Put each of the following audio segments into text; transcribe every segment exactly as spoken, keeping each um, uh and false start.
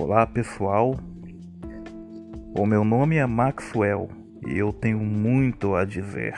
Olá pessoal, o meu nome é Maxwell e eu tenho muito a dizer.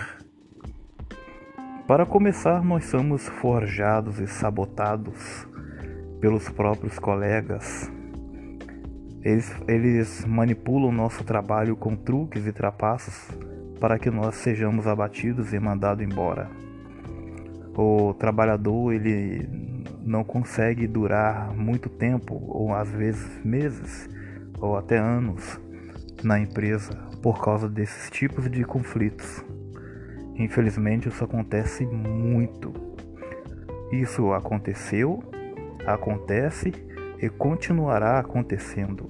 Para começar, nós somos forjados e sabotados pelos próprios colegas. Eles, eles manipulam nosso trabalho com truques e trapaços para que nós sejamos abatidos e mandados embora. O trabalhador ele não consegue durar muito tempo, ou às vezes meses, ou até anos na empresa por causa desses tipos de conflitos. Infelizmente isso acontece muito. Isso aconteceu, acontece e continuará acontecendo.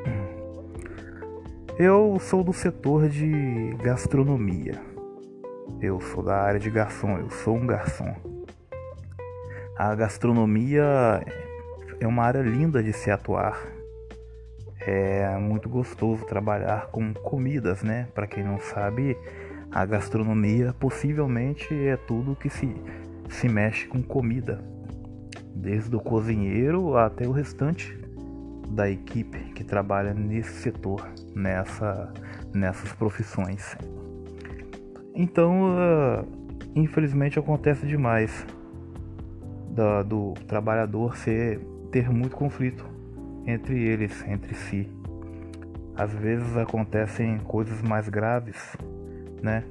Eu sou do setor de gastronomia. Eu sou da área de garçom, eu sou um garçom. A gastronomia é uma área linda de se atuar. É muito gostoso trabalhar com comidas, né? Para quem não sabe, a gastronomia possivelmente é tudo que se, se mexe com comida. Desde o cozinheiro até o restante da equipe que trabalha nesse setor, nessa, nessas profissões. Então, uh, infelizmente acontece demais do, do trabalhador ser, ter muito conflito entre eles, entre si. Às vezes acontecem coisas mais graves, né?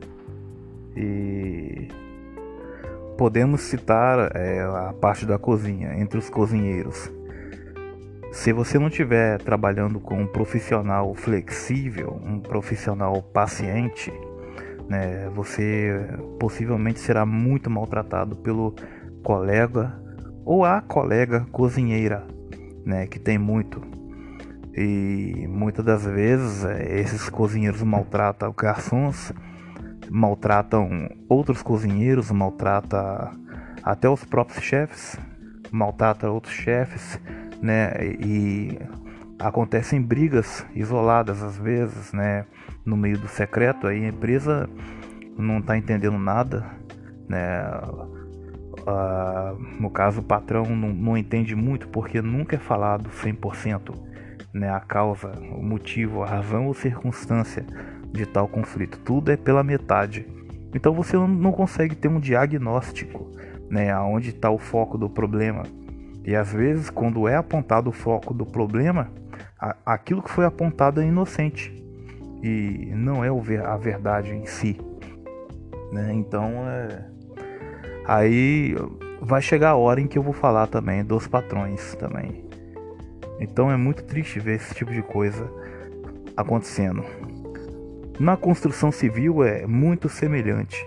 E podemos citar é, a parte da cozinha, entre os cozinheiros. Se você não estiver trabalhando com um profissional flexível, um profissional paciente, né, você possivelmente será muito maltratado pelo colega ou a colega cozinheira, né, que tem muito. E muitas das vezes esses cozinheiros maltratam garçons, maltratam outros cozinheiros, maltratam até os próprios chefes, maltratam outros chefes, né, e acontecem brigas isoladas às vezes, né, no meio do secreto. Aí a empresa não está entendendo nada, né, ah, no caso o patrão não, não entende muito porque nunca é falado cem por cento, né, a causa, o motivo, a razão ou circunstância de tal conflito. Tudo é pela metade. Então você não, não consegue ter um diagnóstico, né, aonde está o foco do problema. E às vezes, quando é apontado o foco do problema, a, aquilo que foi apontado é inocente e não é a verdade em si, né? Então, é... aí vai chegar a hora em que eu vou falar também dos patrões também. Então é muito triste ver esse tipo de coisa acontecendo. Na construção civil é muito semelhante.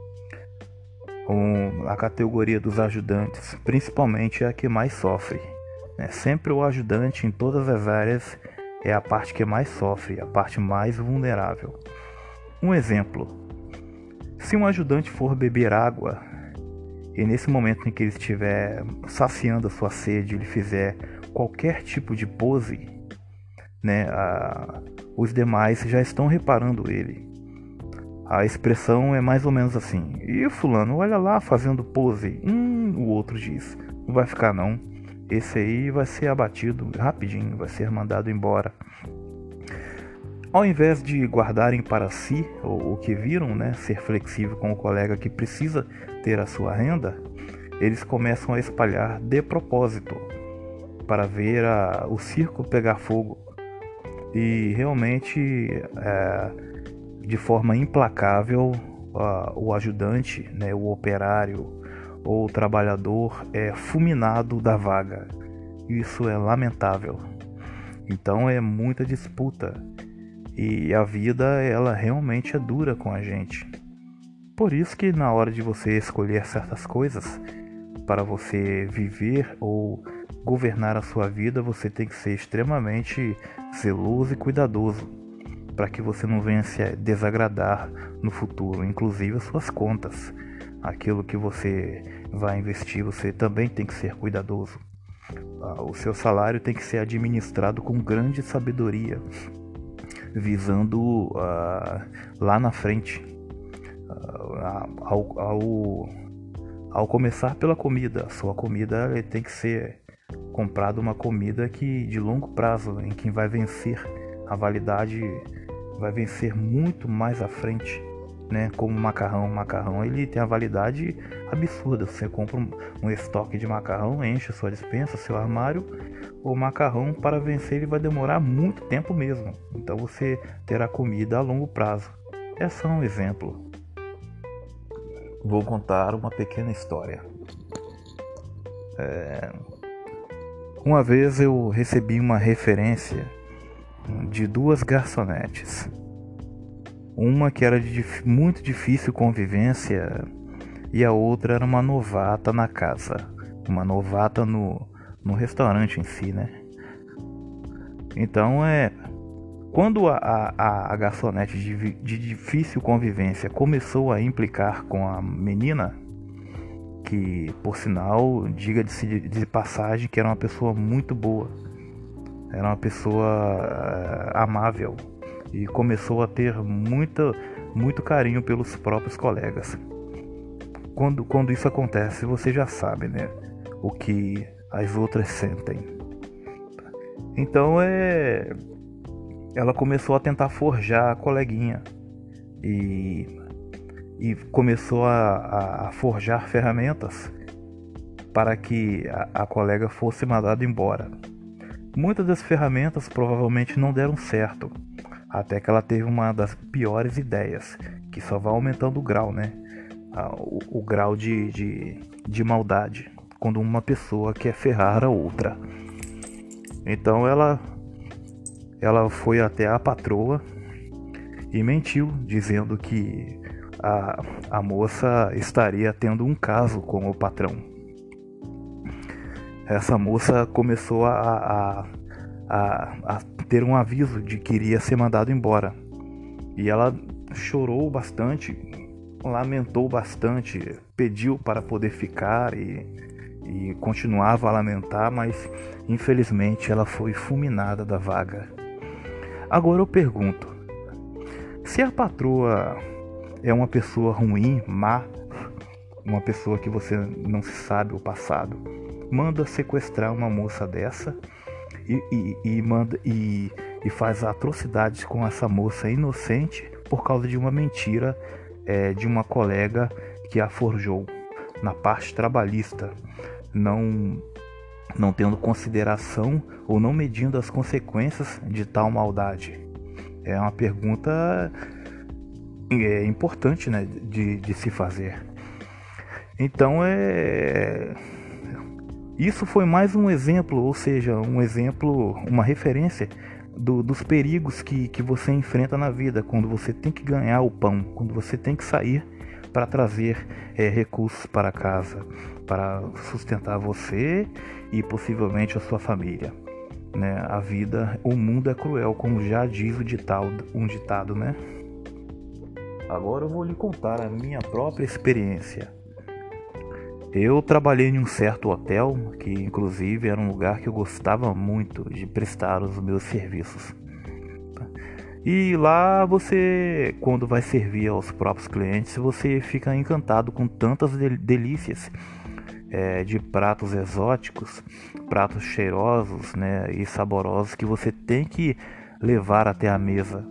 A categoria dos ajudantes, principalmente, é a que mais sofre, né? Sempre o ajudante em todas as áreas é a parte que mais sofre, a parte mais vulnerável. Um exemplo: se um ajudante for beber água e nesse momento em que ele estiver saciando a sua sede, ele fizer qualquer tipo de pose, né, a, os demais já estão reparando ele. A expressão é mais ou menos assim: e fulano, olha lá fazendo pose. Hum, o outro diz: não vai ficar não, esse aí vai ser abatido rapidinho, vai ser mandado embora. Ao invés de guardarem para si o, o que viram, né, ser flexível com o colega que precisa ter a sua renda, eles começam a espalhar de propósito para ver a, o circo pegar fogo. E realmente é, de forma implacável, uh, o ajudante, né, o operário ou o trabalhador é fulminado da vaga. Isso é lamentável. Então é muita disputa e a vida ela realmente é dura com a gente. Por isso que na hora de você escolher certas coisas para você viver ou governar a sua vida, você tem que ser extremamente zeloso e cuidadoso, para que você não venha se desagradar no futuro, inclusive as suas contas. Aquilo que você vai investir, você também tem que ser cuidadoso. O seu salário tem que ser administrado com grande sabedoria, visando uh, lá na frente uh, ao, ao, Ao começar pela comida, a sua comida tem que ser comprada uma comida que de longo prazo, em que vai vencer a validade, vai vencer muito mais à frente, né? Como o macarrão, o macarrão ele tem a validade absurda. Você compra um, um estoque de macarrão, enche a sua despensa, seu armário. O macarrão para vencer ele vai demorar muito tempo mesmo. Então você terá comida a longo prazo. É só um exemplo. Vou contar uma pequena história. É... Uma vez eu recebi uma referência de duas garçonetes. Uma que era de muito difícil convivência e a outra era uma novata na casa. Uma novata no, no restaurante em si, né? Então é... Quando a, a, a garçonete de, de difícil convivência começou a implicar com a menina, que por sinal, diga-se de passagem, que era uma pessoa muito boa, era uma pessoa uh, amável e começou a ter muita, muito carinho pelos próprios colegas. Quando, quando isso acontece, você já sabe, né, o que as outras sentem. Então é... ela começou a tentar forjar a coleguinha e, e começou a, a forjar ferramentas para que a, a colega fosse mandada embora. Muitas das ferramentas provavelmente não deram certo, até que ela teve uma das piores ideias, que só vai aumentando o grau, né? O, o grau de, de, de maldade, quando uma pessoa quer ferrar a outra. Então ela... ela foi até a patroa e mentiu, dizendo que a, a moça estaria tendo um caso com o patrão. Essa moça começou a, a, a, a ter um aviso de que iria ser mandado embora. E ela chorou bastante, lamentou bastante, pediu para poder ficar e, e continuava a lamentar, mas infelizmente ela foi fulminada da vaga. Agora eu pergunto, se a patroa é uma pessoa ruim, má, uma pessoa que você não sabe o passado, manda sequestrar uma moça dessa e, e, e, manda, e, e faz atrocidades com essa moça inocente por causa de uma mentira é, de uma colega que a forjou na parte trabalhista, não... não tendo consideração ou não medindo as consequências de tal maldade. É uma pergunta é, importante, né, de, de se fazer. Então é... isso foi mais um exemplo, ou seja, um exemplo, uma referência do, dos perigos que, que você enfrenta na vida, quando você tem que ganhar o pão, quando você tem que sair para trazer é, recursos para casa, para sustentar você e possivelmente a sua família, né? A vida, o mundo é cruel, como já diz o ditado, um ditado, né? Agora eu vou lhe contar a minha própria experiência. Eu trabalhei em um certo hotel, que inclusive era um lugar que eu gostava muito de prestar os meus serviços. E lá você, quando vai servir aos próprios clientes, você fica encantado com tantas delícias é, de pratos exóticos, pratos cheirosos, né, e saborosos que você tem que levar até a mesa.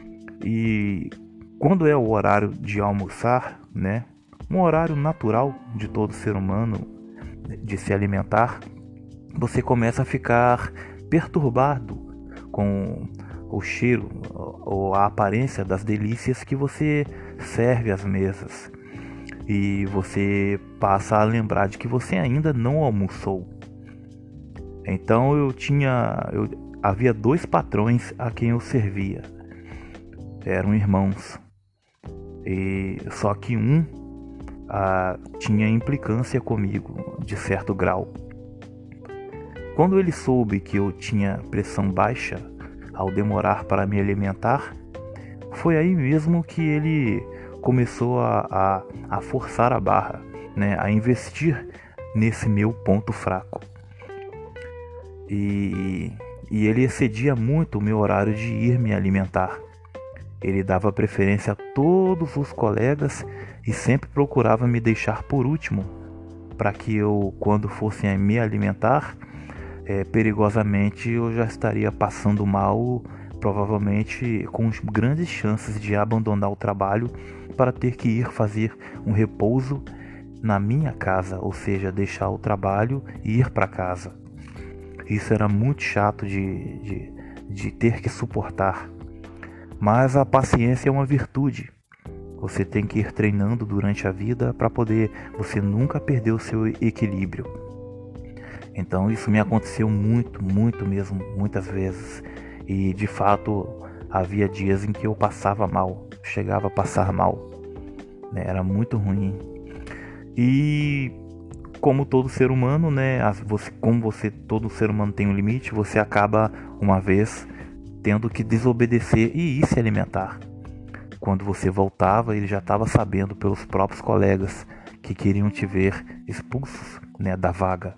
E quando é o horário de almoçar, né, um horário natural de todo ser humano de se alimentar, você começa a ficar perturbado com o cheiro ou a aparência das delícias que você serve às mesas, e você passa a lembrar de que você ainda não almoçou. Então eu tinha eu, havia dois patrões a quem eu servia, eram irmãos, e só que um ah, tinha implicância comigo de certo grau. Quando ele soube que eu tinha pressão baixa ao demorar para me alimentar, foi aí mesmo que ele começou a, a, a forçar a barra, né, a investir nesse meu ponto fraco. E, e ele excedia muito o meu horário de ir me alimentar. Ele dava preferência a todos os colegas e sempre procurava me deixar por último para que eu, quando fosse me alimentar, é, perigosamente eu já estaria passando mal, provavelmente com grandes chances de abandonar o trabalho para ter que ir fazer um repouso na minha casa, ou seja, deixar o trabalho e ir para casa. Isso era muito chato de, de, de ter que suportar. Mas a paciência é uma virtude. Você tem que ir treinando durante a vida para poder você nunca perder o seu equilíbrio. Então isso me aconteceu muito, muito mesmo, muitas vezes. E de fato havia dias em que eu passava mal, chegava a passar mal, né? Era muito ruim. E como todo ser humano, né, você, como você, todo ser humano tem um limite, você acaba uma vez tendo que desobedecer e ir se alimentar. Quando você voltava, ele já estava sabendo pelos próprios colegas que queriam te ver expulsos, né, da vaga.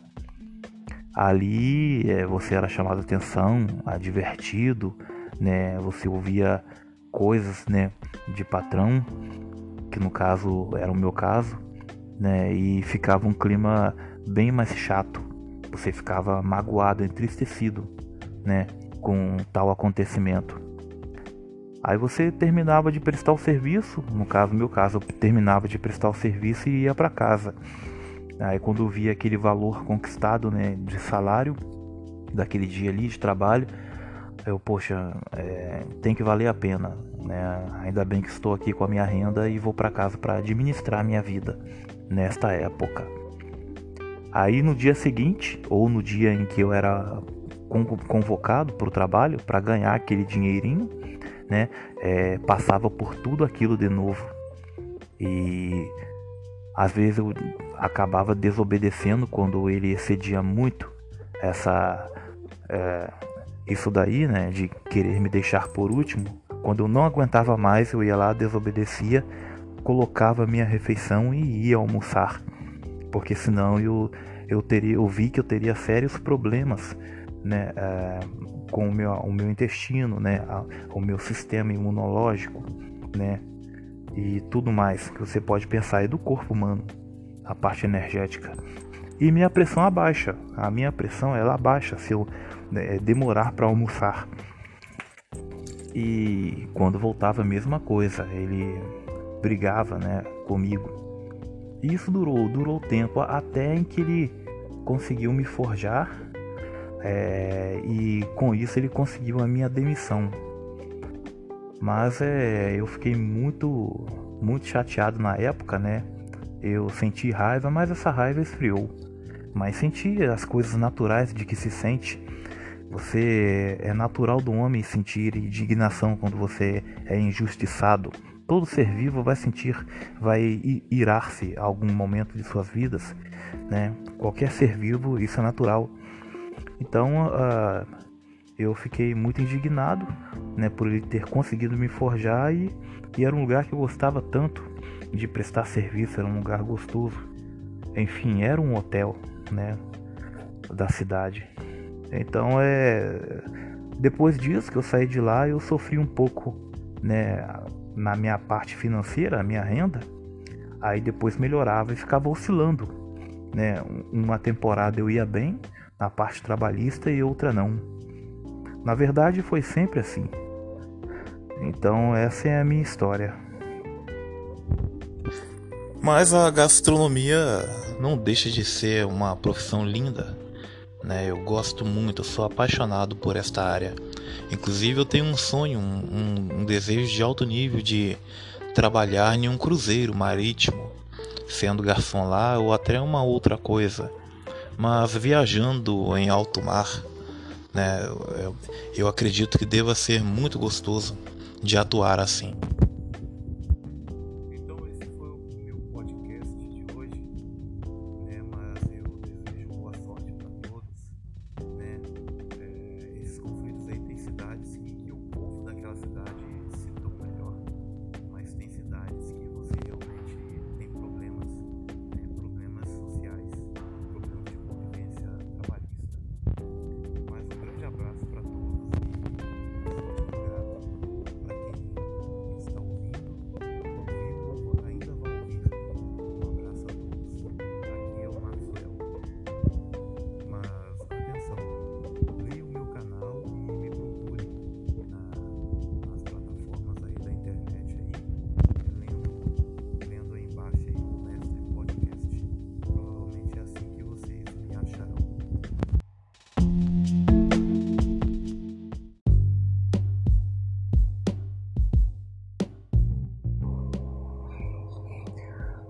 Ali é, você era chamado a atenção, advertido, né, você ouvia coisas, né, de patrão, que no caso era o meu caso, né, e ficava um clima bem mais chato. Você ficava magoado, entristecido, né, com tal acontecimento. Aí você terminava de prestar o serviço, no caso, no meu caso, eu terminava de prestar o serviço e ia para casa. Aí quando eu via aquele valor conquistado, né, de salário, daquele dia ali de trabalho, eu, poxa, é, tem que valer a pena, né? Ainda bem que estou aqui com a minha renda e vou para casa para administrar a minha vida nesta época. Aí no dia seguinte, ou no dia em que eu era convocado para o trabalho, para ganhar aquele dinheirinho, né, é, passava por tudo aquilo de novo. E às vezes eu acabava desobedecendo quando ele excedia muito essa, é, isso daí, né, de querer me deixar por último. Quando eu não aguentava mais, eu ia lá, desobedecia, colocava minha refeição e ia almoçar, porque senão eu, eu, teria, eu vi que eu teria sérios problemas, né, é, com o meu, o meu intestino, né, a, o meu sistema imunológico, né, e tudo mais que você pode pensar aí do corpo humano, a parte energética. E minha pressão abaixa, a minha pressão ela abaixa se eu, né, demorar para almoçar. E quando voltava a mesma coisa, ele brigava, né, comigo. E isso durou, durou tempo até em que ele conseguiu me forjar. É, e com isso ele conseguiu a minha demissão. Mas é, eu fiquei muito, muito chateado na época, né? Eu senti raiva, mas essa raiva esfriou. Mas senti as coisas naturais de que se sente. Você é natural do homem sentir indignação quando você é injustiçado. Todo ser vivo vai sentir, vai irar-se a algum momento de suas vidas, né? Qualquer ser vivo, isso é natural. Então uh, eu fiquei muito indignado, né, por ele ter conseguido me forjar e, e era um lugar que eu gostava tanto de prestar serviço, era um lugar gostoso. Enfim, era um hotel, né, da cidade. Então é depois disso que eu saí de lá, eu sofri um pouco, né, na minha parte financeira, a minha renda. Aí depois melhorava e ficava oscilando, né? Uma temporada eu ia bem na parte trabalhista e outra não. Na verdade foi sempre assim. Então essa é a minha história. Mas a gastronomia não deixa de ser uma profissão linda, né? Eu gosto muito, eu sou apaixonado por esta área. Inclusive eu tenho um sonho, um, um, um desejo de alto nível de trabalhar em um cruzeiro marítimo, sendo garçom lá ou até uma outra coisa. Mas viajando em alto mar, né, eu, eu acredito que deva ser muito gostoso de atuar assim. Então esse foi o meu podcast de hoje, né? Mas eu desejo boa sorte para todos, né? É, esses conflitos aí tem cidades que, que o povo daquela cidade se dão melhor, mas tem cidades que você realmente tem problemas, né? Problemas sociais, problemas de convivência trabalhista. Mas um grande abraço para todos e sorte grato para quem está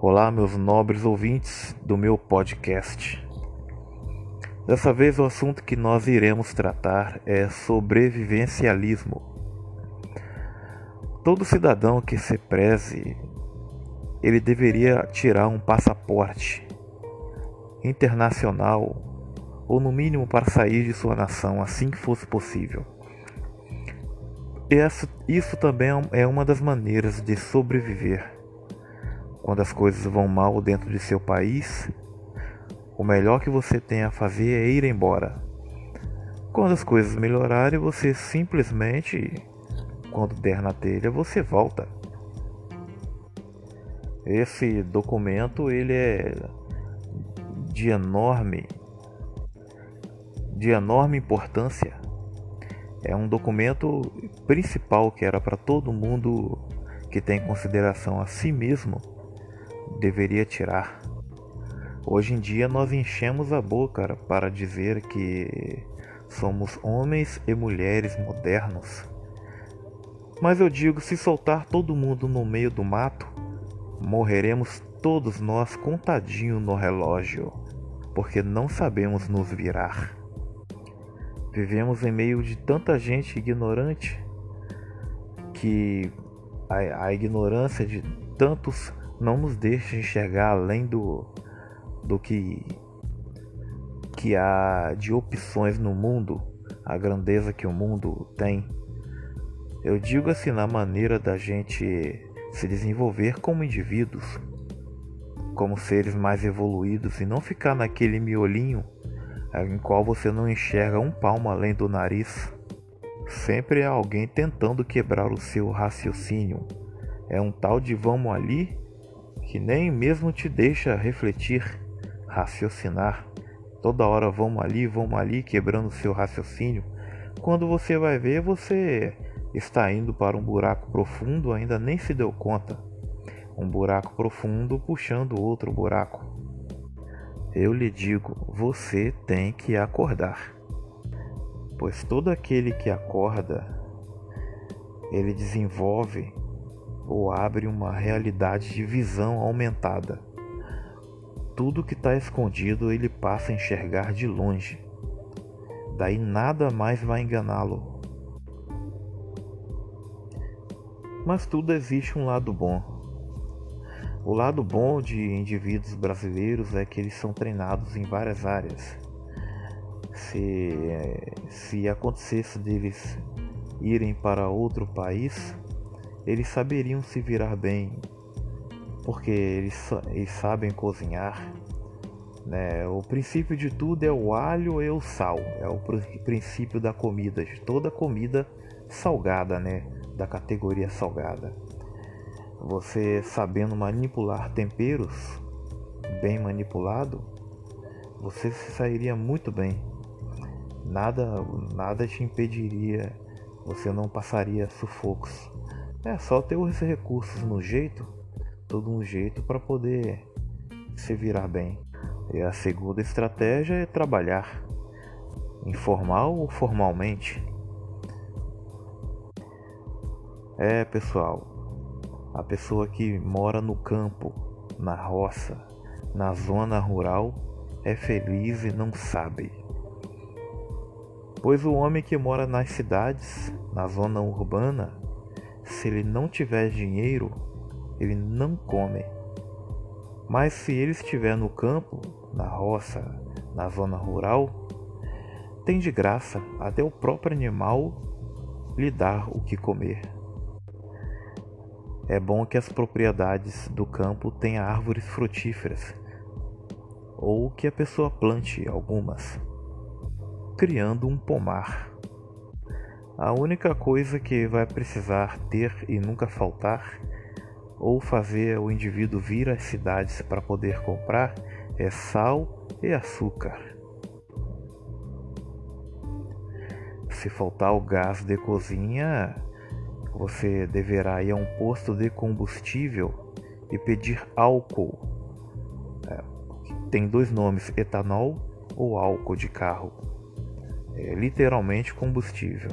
Olá, meus nobres ouvintes do meu podcast. Dessa vez o assunto que nós iremos tratar é sobrevivencialismo. Todo cidadão que se preze, ele deveria tirar um passaporte internacional ou no mínimo para sair de sua nação assim que fosse possível. Isso, isso também é uma das maneiras de sobreviver. Quando as coisas vão mal dentro de seu país, o melhor que você tem a fazer é ir embora. Quando as coisas melhorarem, você simplesmente, quando der na telha, você volta. Esse documento ele é de enorme, de enorme importância. É um documento principal que era para todo mundo que tem consideração a si mesmo deveria tirar. Hoje em dia nós enchemos a boca para dizer que somos homens e mulheres modernos. Mas eu digo, se soltar todo mundo no meio do mato, morreremos todos nós contadinho no relógio, porque não sabemos nos virar. Vivemos em meio de tanta gente ignorante que a, a ignorância de tantos não nos deixa enxergar além do, do que, que há de opções no mundo, a grandeza que o mundo tem. Eu digo assim, na maneira da gente se desenvolver como indivíduos, como seres mais evoluídos, e não ficar naquele miolinho em qual você não enxerga um palmo além do nariz. Sempre há alguém tentando quebrar o seu raciocínio. É um tal de vamos ali que nem mesmo te deixa refletir, raciocinar. Toda hora vamos ali, vamos ali, quebrando o seu raciocínio. Quando você vai ver, você está indo para um buraco profundo, ainda nem se deu conta. Um buraco profundo puxando outro buraco. Eu lhe digo, você tem que acordar. Pois todo aquele que acorda, ele desenvolve ou abre uma realidade de visão aumentada. Tudo que está escondido ele passa a enxergar de longe. Daí nada mais vai enganá-lo. Mas tudo existe um lado bom. O lado bom de indivíduos brasileiros é que eles são treinados em várias áreas. Se, se acontecesse deles irem para outro país, eles saberiam se virar bem, porque eles, eles sabem cozinhar, né? O princípio de tudo é o alho e o sal, é o princípio da comida, de toda comida salgada, né? Da categoria salgada. Você sabendo manipular temperos, bem manipulado, você se sairia muito bem. Nada, nada te impediria, você não passaria sufocos. É só ter os recursos no jeito, todo um jeito para poder se virar bem. E a segunda estratégia é trabalhar, informal ou formalmente. É, pessoal, a pessoa que mora no campo, na roça, na zona rural, é feliz e não sabe. Pois o homem que mora nas cidades, na zona urbana, se ele não tiver dinheiro, ele não come. Mas se ele estiver no campo, na roça, na zona rural, tem de graça até o próprio animal lhe dar o que comer. É bom que as propriedades do campo tenham árvores frutíferas, ou que a pessoa plante algumas, criando um pomar. A única coisa que vai precisar ter e nunca faltar, ou fazer o indivíduo vir às cidades para poder comprar, é sal e açúcar. Se faltar o gás de cozinha, você deverá ir a um posto de combustível e pedir álcool. É, tem dois nomes, etanol ou álcool de carro. É literalmente combustível.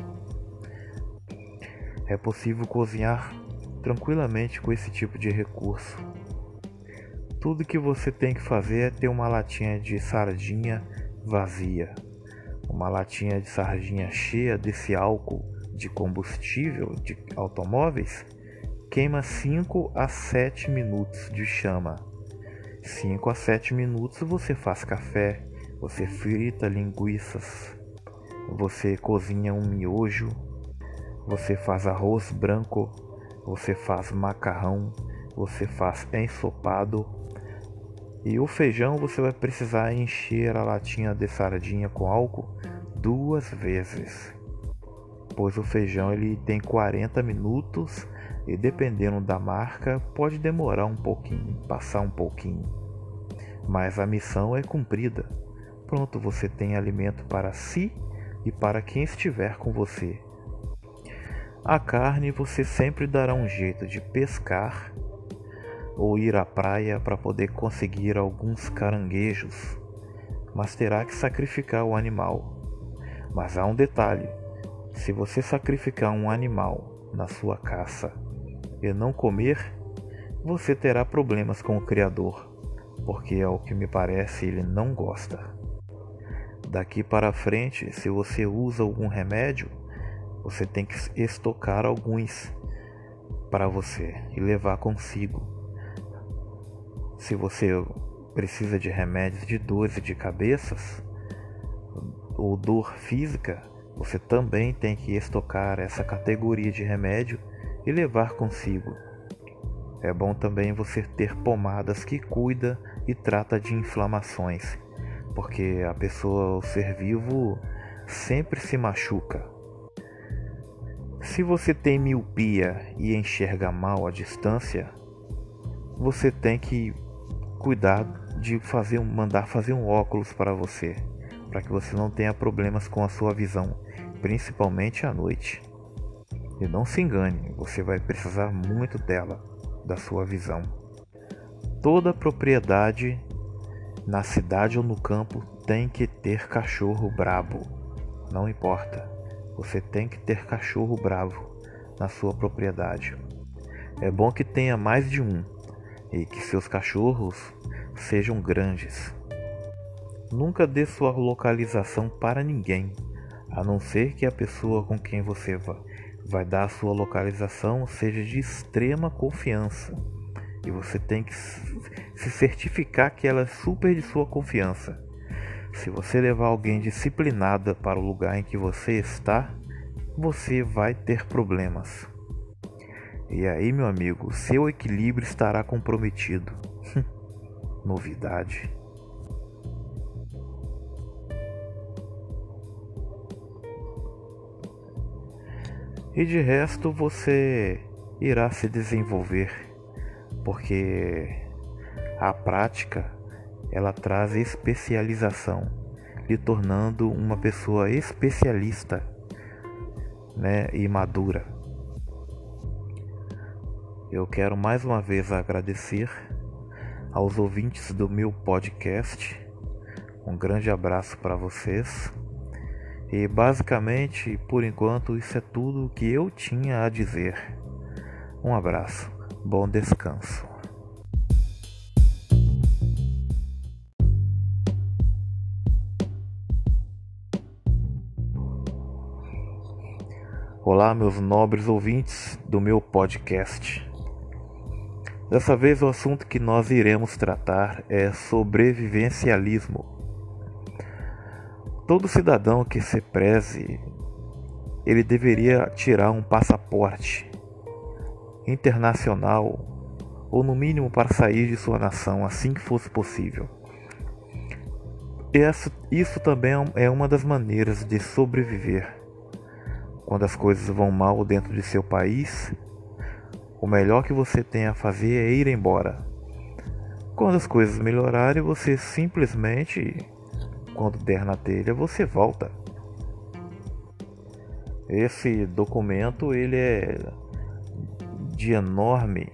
É possível cozinhar tranquilamente com esse tipo de recurso. Tudo que você tem que fazer é ter uma latinha de sardinha vazia. Uma latinha de sardinha cheia desse álcool de combustível de automóveis queima cinco a sete minutos de chama. cinco a sete minutos você faz café, você frita linguiças, você cozinha um miojo, você faz arroz branco, você faz macarrão, você faz ensopado. E o feijão você vai precisar encher a latinha de sardinha com álcool duas vezes, pois o feijão ele tem quarenta minutos e dependendo da marca pode demorar um pouquinho, passar um pouquinho, mas a missão é cumprida. Pronto, você tem alimento para si e para quem estiver com você. A carne você sempre dará um jeito de pescar ou ir à praia para poder conseguir alguns caranguejos, mas terá que sacrificar o animal. Mas há um detalhe: se você sacrificar um animal na sua caça e não comer, você terá problemas com o Criador, porque ao que me parece ele não gosta. Daqui para frente, se você usa algum remédio, você tem que estocar alguns para você e levar consigo. Se você precisa de remédios de dores e de cabeças ou dor física, você também tem que estocar essa categoria de remédio e levar consigo. É bom também você ter pomadas que cuida e trata de inflamações, porque a pessoa, o ser vivo, sempre se machuca. Se você tem miopia e enxerga mal à distância, você tem que cuidar de fazer, mandar fazer um óculos para você, para que você não tenha problemas com a sua visão, principalmente à noite. E não se engane, você vai precisar muito dela, da sua visão. Toda propriedade, na cidade ou no campo, tem que ter cachorro brabo. Não importa, você tem que ter cachorro bravo na sua propriedade. É bom que tenha mais de um e que seus cachorros sejam grandes. Nunca dê sua localização para ninguém, a não ser que a pessoa com quem você vai, vai dar a sua localização seja de extrema confiança. E você tem que se certificar que ela é super de sua confiança. Se você levar alguém disciplinada para o lugar em que você está, você vai ter problemas. E aí, meu amigo, seu equilíbrio estará comprometido. Novidade. E de resto você irá se desenvolver, porque a prática ela traz especialização, lhe tornando uma pessoa especialista, né, e madura. Eu quero mais uma vez agradecer aos ouvintes do meu podcast. Um grande abraço para vocês. E basicamente, por enquanto, isso é tudo o que eu tinha a dizer. Um abraço, bom descanso. Olá, meus nobres ouvintes do meu podcast. Dessa vez o assunto que nós iremos tratar é sobrevivencialismo. Todo cidadão que se preze, ele deveria tirar um passaporte internacional, ou no mínimo para sair de sua nação assim que fosse possível. Isso, isso também é uma das maneiras de sobreviver. Quando as coisas vão mal dentro de seu país, o melhor que você tem a fazer é ir embora. Quando as coisas melhorarem, você simplesmente, quando der na telha, você volta. Esse documento ele é de enorme,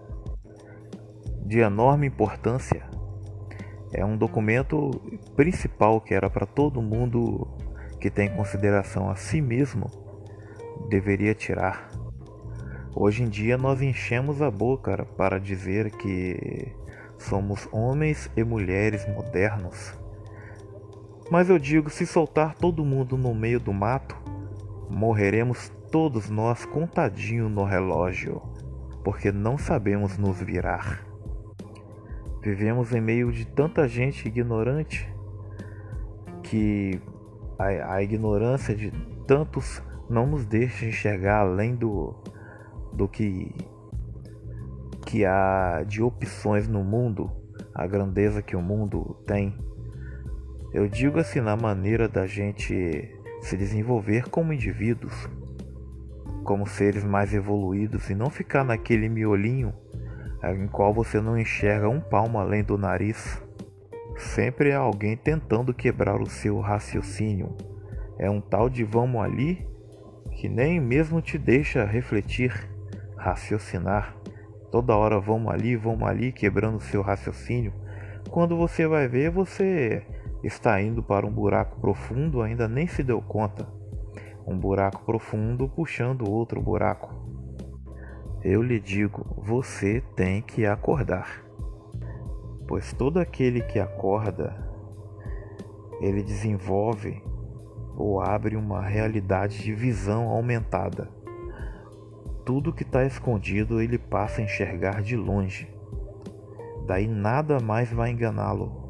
de enorme importância. É um documento principal que era para todo mundo que tem consideração a si mesmo deveria tirar. Hoje em dia nós enchemos a boca para dizer que Somos homens e mulheres modernos. Mas eu digo, se soltar todo mundo no meio do mato, morreremos todos nós contadinho no relógio, porque não sabemos nos virar. Vivemos em meio de tanta gente ignorante que a, a ignorância de tantos não nos deixa enxergar além do, do que, que há de opções no mundo, a grandeza que o mundo tem. Eu digo assim, na maneira da gente se desenvolver como indivíduos, como seres mais evoluídos, e não ficar naquele miolinho em qual você não enxerga um palmo além do nariz. Sempre há alguém tentando quebrar o seu raciocínio. É um tal de vamos ali que nem mesmo te deixa refletir, raciocinar. Toda hora vamos ali, vamos ali, quebrando o seu raciocínio. Quando você vai ver, você está indo para um buraco profundo, ainda nem se deu conta. Um buraco profundo puxando outro buraco. Eu lhe digo, você tem que acordar. Pois todo aquele que acorda, ele desenvolve ou abre uma realidade de visão aumentada. Tudo que está escondido ele passa a enxergar de longe. Daí nada mais vai enganá-lo.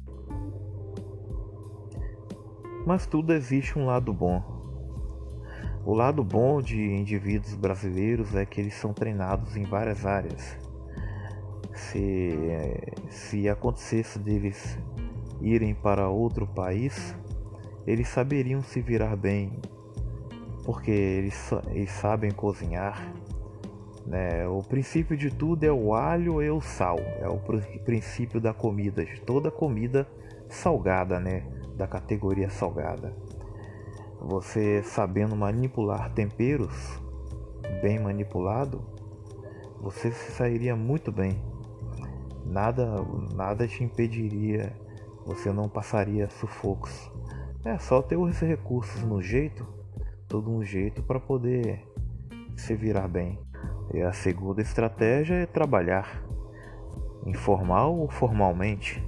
Mas tudo existe um lado bom. O lado bom de indivíduos brasileiros é que eles são treinados em várias áreas. Se, se acontecesse deles irem para outro país, eles saberiam se virar bem, porque eles, eles sabem cozinhar, né? O princípio de tudo é o alho e o sal, é o princípio da comida, de toda comida salgada, né? Da categoria salgada. Você sabendo manipular temperos, bem manipulado, você se sairia muito bem. Nada, nada te impediria, você não passaria sufocos. É só ter os recursos no jeito, todo um jeito para poder se virar bem. E a segunda estratégia é trabalhar, informal ou formalmente.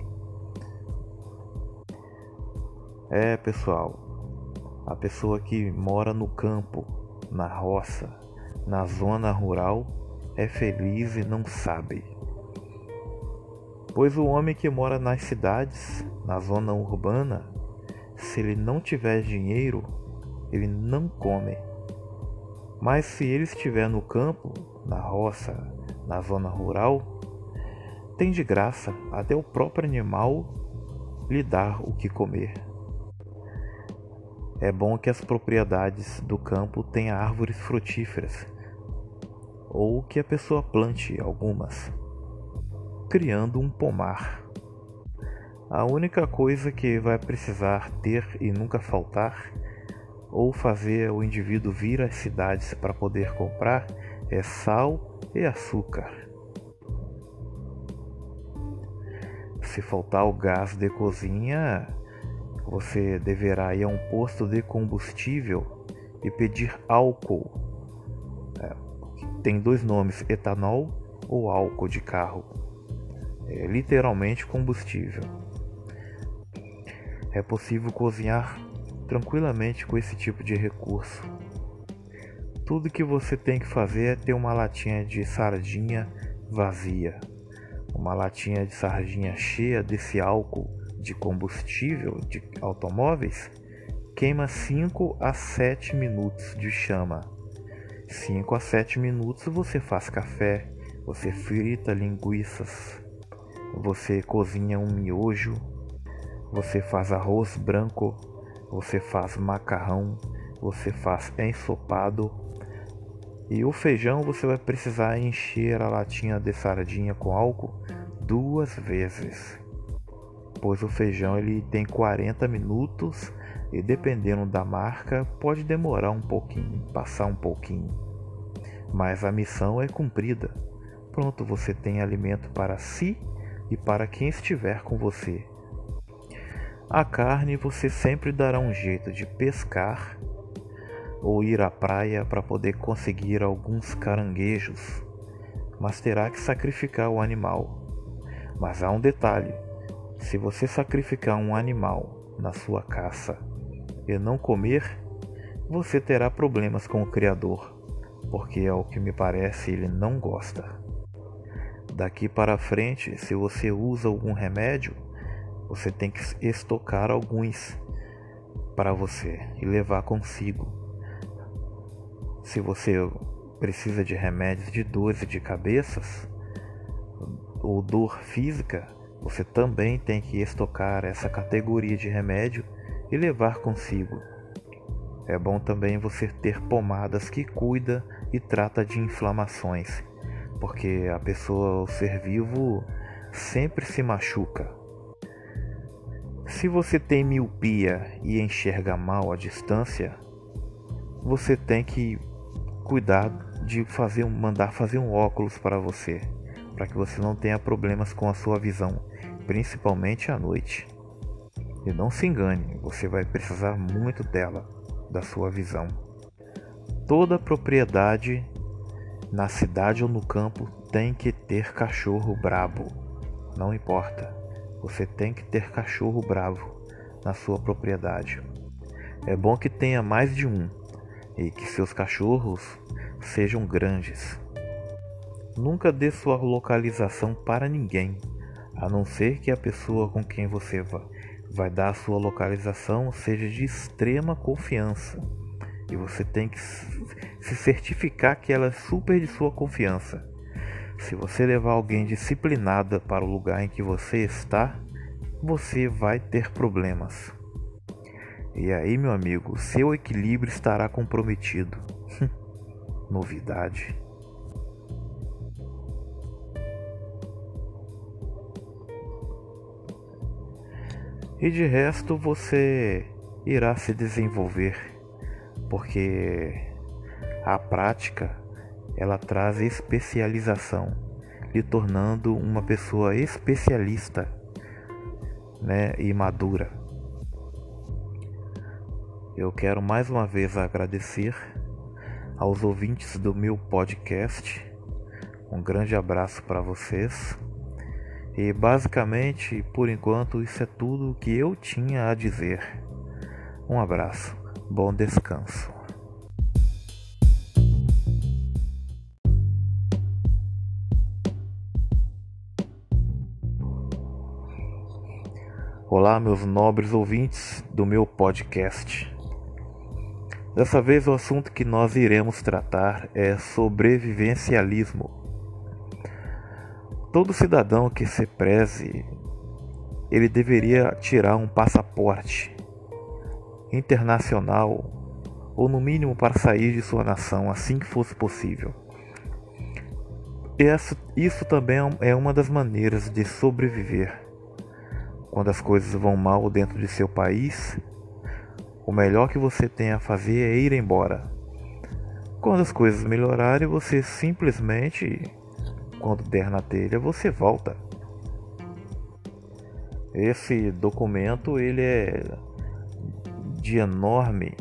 É, pessoal. A pessoa que mora no campo, na roça, na zona rural, é feliz e não sabe. Pois o homem que mora nas cidades, na zona urbana, se ele não tiver dinheiro, ele não come. Mas se ele estiver no campo, na roça, na zona rural, tem de graça até o próprio animal lhe dar o que comer. É bom que as propriedades do campo tenham árvores frutíferas, ou que a pessoa plante algumas, criando um pomar. A única coisa que vai precisar ter e nunca faltar, ou fazer o indivíduo vir às cidades para poder comprar, é sal e açúcar. Se faltar o gás de cozinha, você deverá ir a um posto de combustível e pedir álcool. É, tem dois nomes, etanol ou álcool de carro. É literalmente combustível. É possível cozinhar tranquilamente com esse tipo de recurso. Tudo que você tem que fazer é ter uma latinha de sardinha vazia, uma latinha de sardinha cheia desse álcool de combustível de automóveis, queima cinco a sete minutos de chama. cinco a sete minutos você faz café, você frita linguiças, você cozinha um miojo, você faz arroz branco, você faz macarrão, você faz ensopado. E o feijão você vai precisar encher a latinha de sardinha com álcool duas vezes. Pois o feijão ele tem quarenta minutos e dependendo da marca pode demorar um pouquinho, passar um pouquinho. Mas a missão é cumprida. Pronto, você tem alimento para si e para quem estiver com você. A carne você sempre dará um jeito de pescar ou ir à praia para poder conseguir alguns caranguejos, mas terá que sacrificar o animal. Mas há um detalhe: se você sacrificar um animal na sua caça e não comer, você terá problemas com o Criador, porque ao que me parece ele não gosta. Daqui para frente, se você usa algum remédio, você tem que estocar alguns para você e levar consigo. Se você precisa de remédios de dores e de cabeças ou dor física, você também tem que estocar essa categoria de remédio e levar consigo. É bom também você ter pomadas que cuida e trata de inflamações, porque a pessoa, o ser vivo, sempre se machuca. Se você tem miopia e enxerga mal à distância, você tem que cuidar de fazer, mandar fazer um óculos para você, para que você não tenha problemas com a sua visão, principalmente à noite. E não se engane, você vai precisar muito dela, da sua visão. Toda propriedade, na cidade ou no campo, tem que ter cachorro brabo. Não importa, você tem que ter cachorro bravo na sua propriedade. É bom que tenha mais de um e que seus cachorros sejam grandes. Nunca dê sua localização para ninguém, a não ser que a pessoa com quem você vai dar a sua localização seja de extrema confiança. E você tem que se certificar que ela é super de sua confiança. Se você levar alguém disciplinada para o lugar em que você está, você vai ter problemas. E aí, meu amigo, seu equilíbrio estará comprometido. Novidade. E de resto você irá se desenvolver, porque a prática ela traz especialização, lhe tornando uma pessoa especialista, né, e madura. Eu quero mais uma vez agradecer aos ouvintes do meu podcast. Um grande abraço para vocês. E basicamente, por enquanto, isso é tudo que eu tinha a dizer. Um abraço, bom descanso. Olá, meus nobres ouvintes do meu podcast. Dessa vez o assunto que nós iremos tratar é sobrevivencialismo. Todo cidadão que se preze, ele deveria tirar um passaporte internacional, ou no mínimo para sair de sua nação assim que fosse possível. Essa, isso também é uma das maneiras de sobreviver. Quando as coisas vão mal dentro de seu país, o melhor que você tem a fazer é ir embora. Quando as coisas melhorarem, você simplesmente, quando der na telha, você volta. Esse documento ele é de enorme,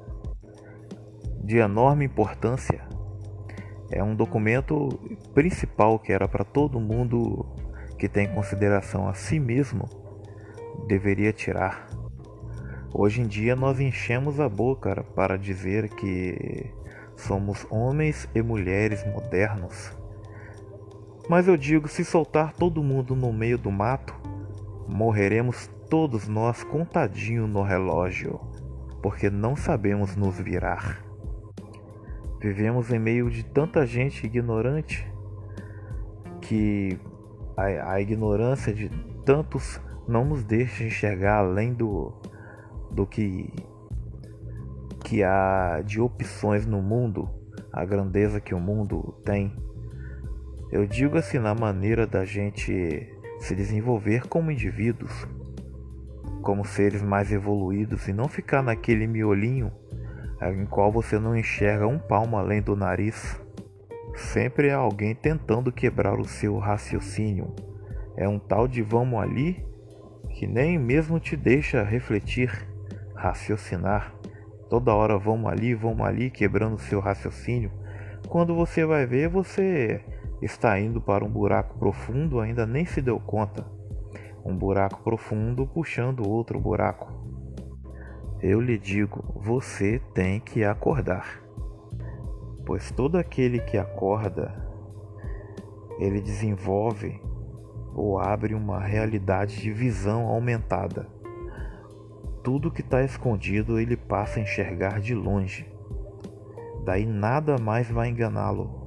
de enorme importância. É um documento principal que era para todo mundo que tem consideração a si mesmo deveria tirar. Hoje em dia nós enchemos a boca para dizer que somos homens e mulheres modernos. Mas eu digo, se soltar todo mundo no meio do mato, morreremos todos nós contadinho no relógio, porque não sabemos nos virar. Vivemos em meio de tanta gente ignorante que a, a ignorância de tantos não nos deixa enxergar além do, do que, que há de opções no mundo, a grandeza que o mundo tem. Eu digo assim, na maneira da gente se desenvolver como indivíduos, como seres mais evoluídos, e não ficar naquele miolinho em qual você não enxerga um palmo além do nariz. Sempre há alguém tentando quebrar o seu raciocínio. É um tal de vamos ali que nem mesmo te deixa refletir, raciocinar. Toda hora vamos ali, vamos ali, quebrando o seu raciocínio. Quando você vai ver, você está indo para um buraco profundo, ainda nem se deu conta. Um buraco profundo puxando outro buraco. Eu lhe digo, você tem que acordar. Pois todo aquele que acorda, ele desenvolve ou abre uma realidade de visão aumentada. Tudo que está escondido ele passa a enxergar de longe. Daí nada mais vai enganá-lo.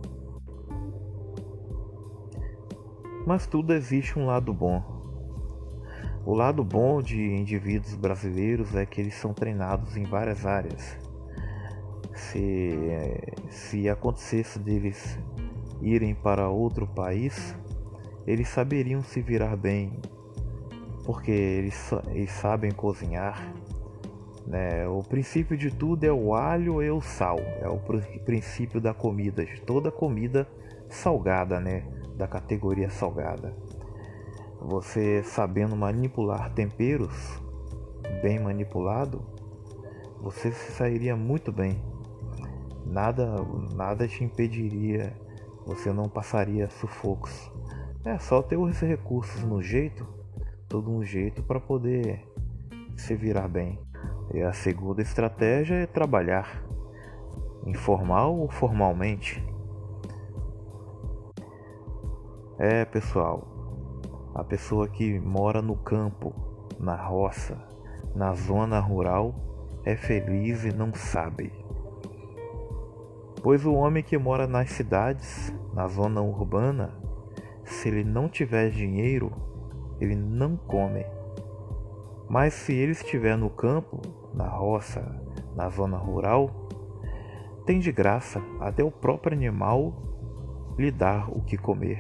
Mas tudo existe um lado bom. O lado bom de indivíduos brasileiros é que eles são treinados em várias áreas. Se, se acontecesse deles irem para outro país, eles saberiam se virar bem, porque eles, eles sabem cozinhar, né? O princípio de tudo é o alho e o sal, é o princípio da comida, de toda comida salgada, né? Da categoria salgada. Você sabendo manipular temperos, bem manipulado, você se sairia muito bem. Nada, nada te impediria, você não passaria sufocos. É só ter os recursos no jeito, todo um jeito para poder se virar bem. E a segunda estratégia é trabalhar, informal ou formalmente. É, pessoal, a pessoa que mora no campo, na roça, na zona rural, é feliz e não sabe. Pois o homem que mora nas cidades, na zona urbana, se ele não tiver dinheiro, ele não come. Mas se ele estiver no campo, na roça, na zona rural, tem de graça até o próprio animal lhe dar o que comer.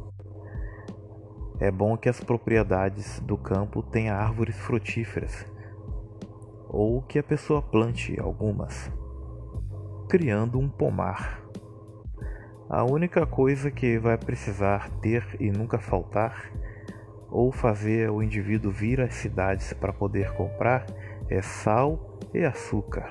É bom que as propriedades do campo tenham árvores frutíferas, ou que a pessoa plante algumas, criando um pomar. A única coisa que vai precisar ter e nunca faltar, ou fazer o indivíduo vir às cidades para poder comprar, é sal e açúcar.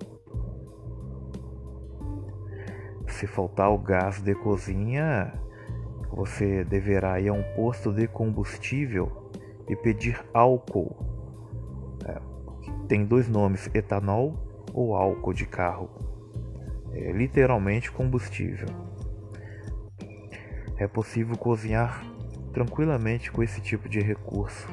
Se faltar o gás de cozinha, você deverá ir a um posto de combustível e pedir álcool. É, tem dois nomes, etanol ou álcool de carro. É literalmente combustível. É possível cozinhar tranquilamente com esse tipo de recurso.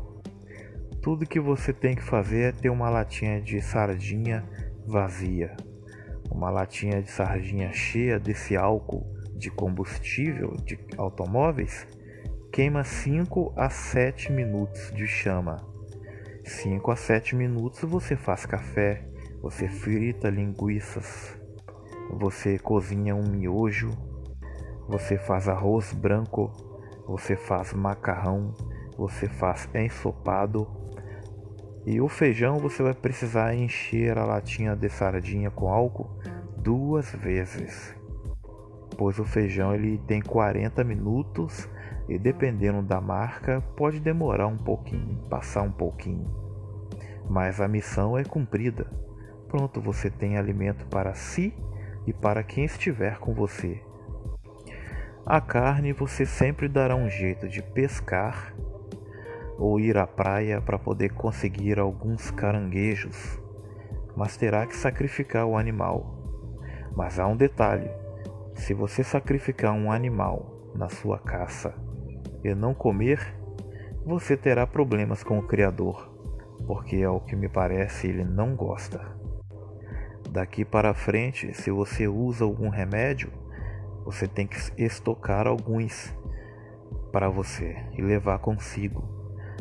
Tudo que você tem que fazer é ter uma latinha de sardinha vazia. Uma latinha de sardinha cheia desse álcool de combustível de automóveis queima cinco a sete minutos de chama. cinco a sete minutos você faz café, você frita linguiças, você cozinha um miojo, você faz arroz branco, você faz macarrão, você faz ensopado. E o feijão você vai precisar encher a latinha de sardinha com álcool duas vezes. Pois o feijão ele tem quarenta minutos e dependendo da marca pode demorar um pouquinho, passar um pouquinho. Mas a missão é cumprida. Pronto, você tem alimento para si e para quem estiver com você. A carne você sempre dará um jeito de pescar ou ir à praia para poder conseguir alguns caranguejos, mas terá que sacrificar o animal. Mas há um detalhe: se você sacrificar um animal na sua caça e não comer, você terá problemas com o Criador, porque ao que me parece ele não gosta. Daqui para frente, se você usa algum remédio, você tem que estocar alguns para você e levar consigo.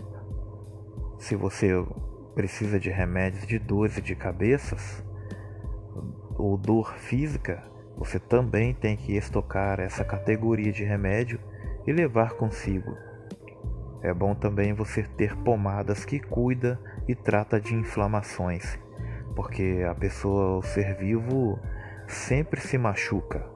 Se você precisa de remédios de dores e de cabeças ou dor física, você também tem que estocar essa categoria de remédio e levar consigo. É bom também você ter pomadas que cuida e trata de inflamações, porque a pessoa, o ser vivo, sempre se machuca.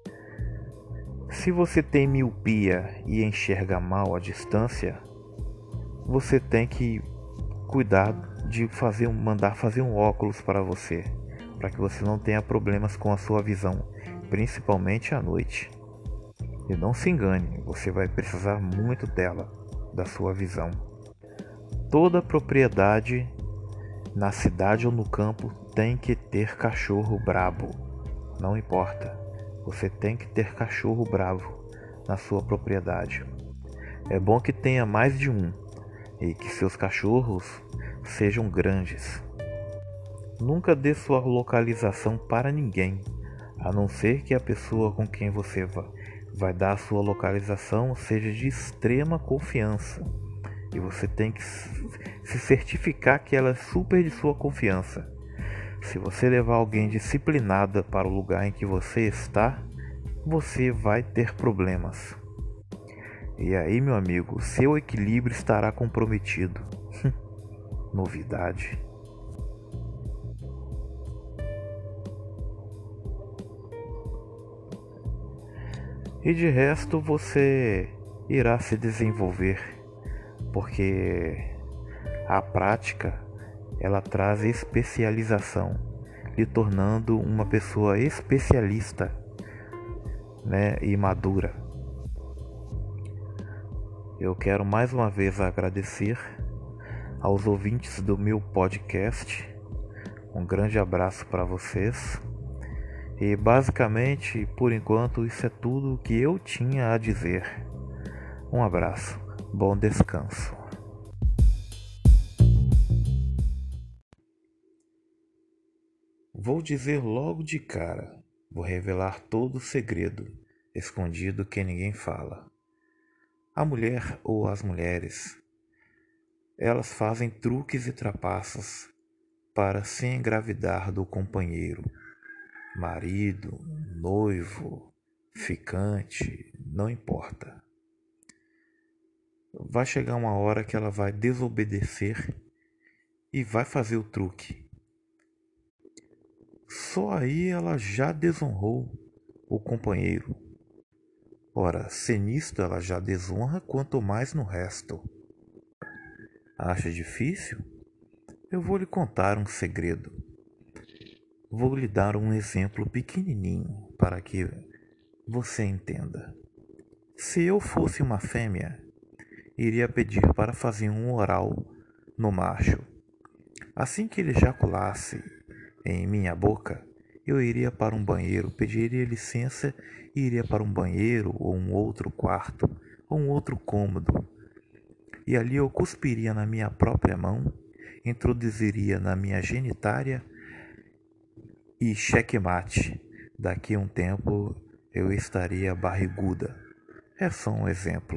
Se você tem miopia e enxerga mal à distância, você tem que cuidar de fazer, mandar fazer um óculos para você, para que você não tenha problemas com a sua visão, principalmente à noite. E não se engane, você vai precisar muito dela, da sua visão. Toda propriedade, na cidade ou no campo, tem que ter cachorro brabo. Não importa, você tem que ter cachorro bravo na sua propriedade. É bom que tenha mais de um e que seus cachorros sejam grandes. Nunca dê sua localização para ninguém, a não ser que a pessoa com quem você vai, vai dar a sua localização seja de extrema confiança. E você tem que se certificar que ela é super de sua confiança. Se você levar alguém disciplinada para o lugar em que você está, você vai ter problemas. E aí, meu amigo, seu equilíbrio estará comprometido. Novidade. E de resto você irá se desenvolver, porque a prática ela traz especialização, lhe tornando uma pessoa especialista, né, e madura. Eu quero mais uma vez agradecer aos ouvintes do meu podcast. Um grande abraço para vocês. E basicamente, por enquanto, isso é tudo o que eu tinha a dizer. Um abraço, bom descanso. Vou dizer logo de cara, vou revelar todo o segredo, escondido que ninguém fala. A mulher ou as mulheres, elas fazem truques e trapaças para se engravidar do companheiro. Marido, noivo, ficante, não importa. Vai chegar uma hora que ela vai desobedecer e vai fazer o truque. Só aí ela já desonrou o companheiro. Ora, se nisto ela já desonra, quanto mais no resto. Acha difícil? Eu vou lhe contar um segredo. Vou lhe dar um exemplo pequenininho para que você entenda. Se eu fosse uma fêmea, iria pedir para fazer um oral no macho. Assim que ele ejaculasse em minha boca, eu iria para um banheiro, pediria licença e iria para um banheiro ou um outro quarto ou um outro cômodo. E ali eu cuspiria na minha própria mão, introduziria na minha genitária e checkmate. Daqui a um tempo eu estaria barriguda. É só um exemplo.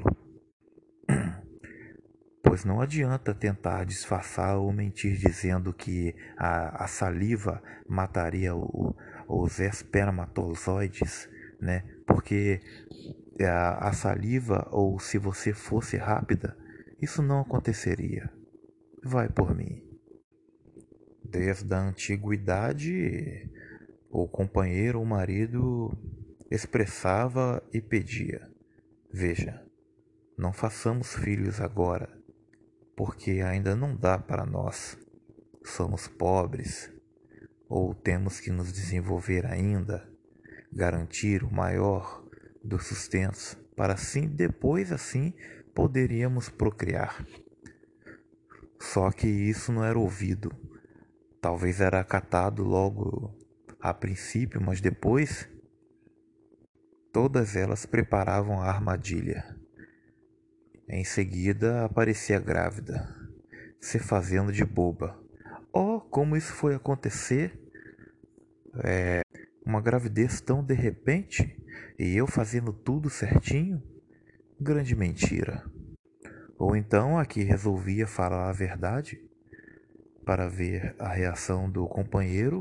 Pois não adianta tentar disfarçar ou mentir dizendo que a, a saliva mataria o, os espermatozoides, né? Porque a, a saliva, ou se você fosse rápida, isso não aconteceria. Vai por mim. Desde a antiguidade, o companheiro ou marido expressava e pedia: veja, não façamos filhos agora, porque ainda não dá para nós. Somos pobres, ou temos que nos desenvolver ainda, garantir o maior dos sustentos, para assim, depois assim, poderíamos procriar. Só que isso não era ouvido. Talvez era acatado logo a princípio, mas depois todas elas preparavam a armadilha. Em seguida aparecia grávida, se fazendo de boba. Oh, como isso foi acontecer? É, uma gravidez tão de repente e eu fazendo tudo certinho? Grande mentira. Ou então a que resolvia falar a verdade para ver a reação do companheiro,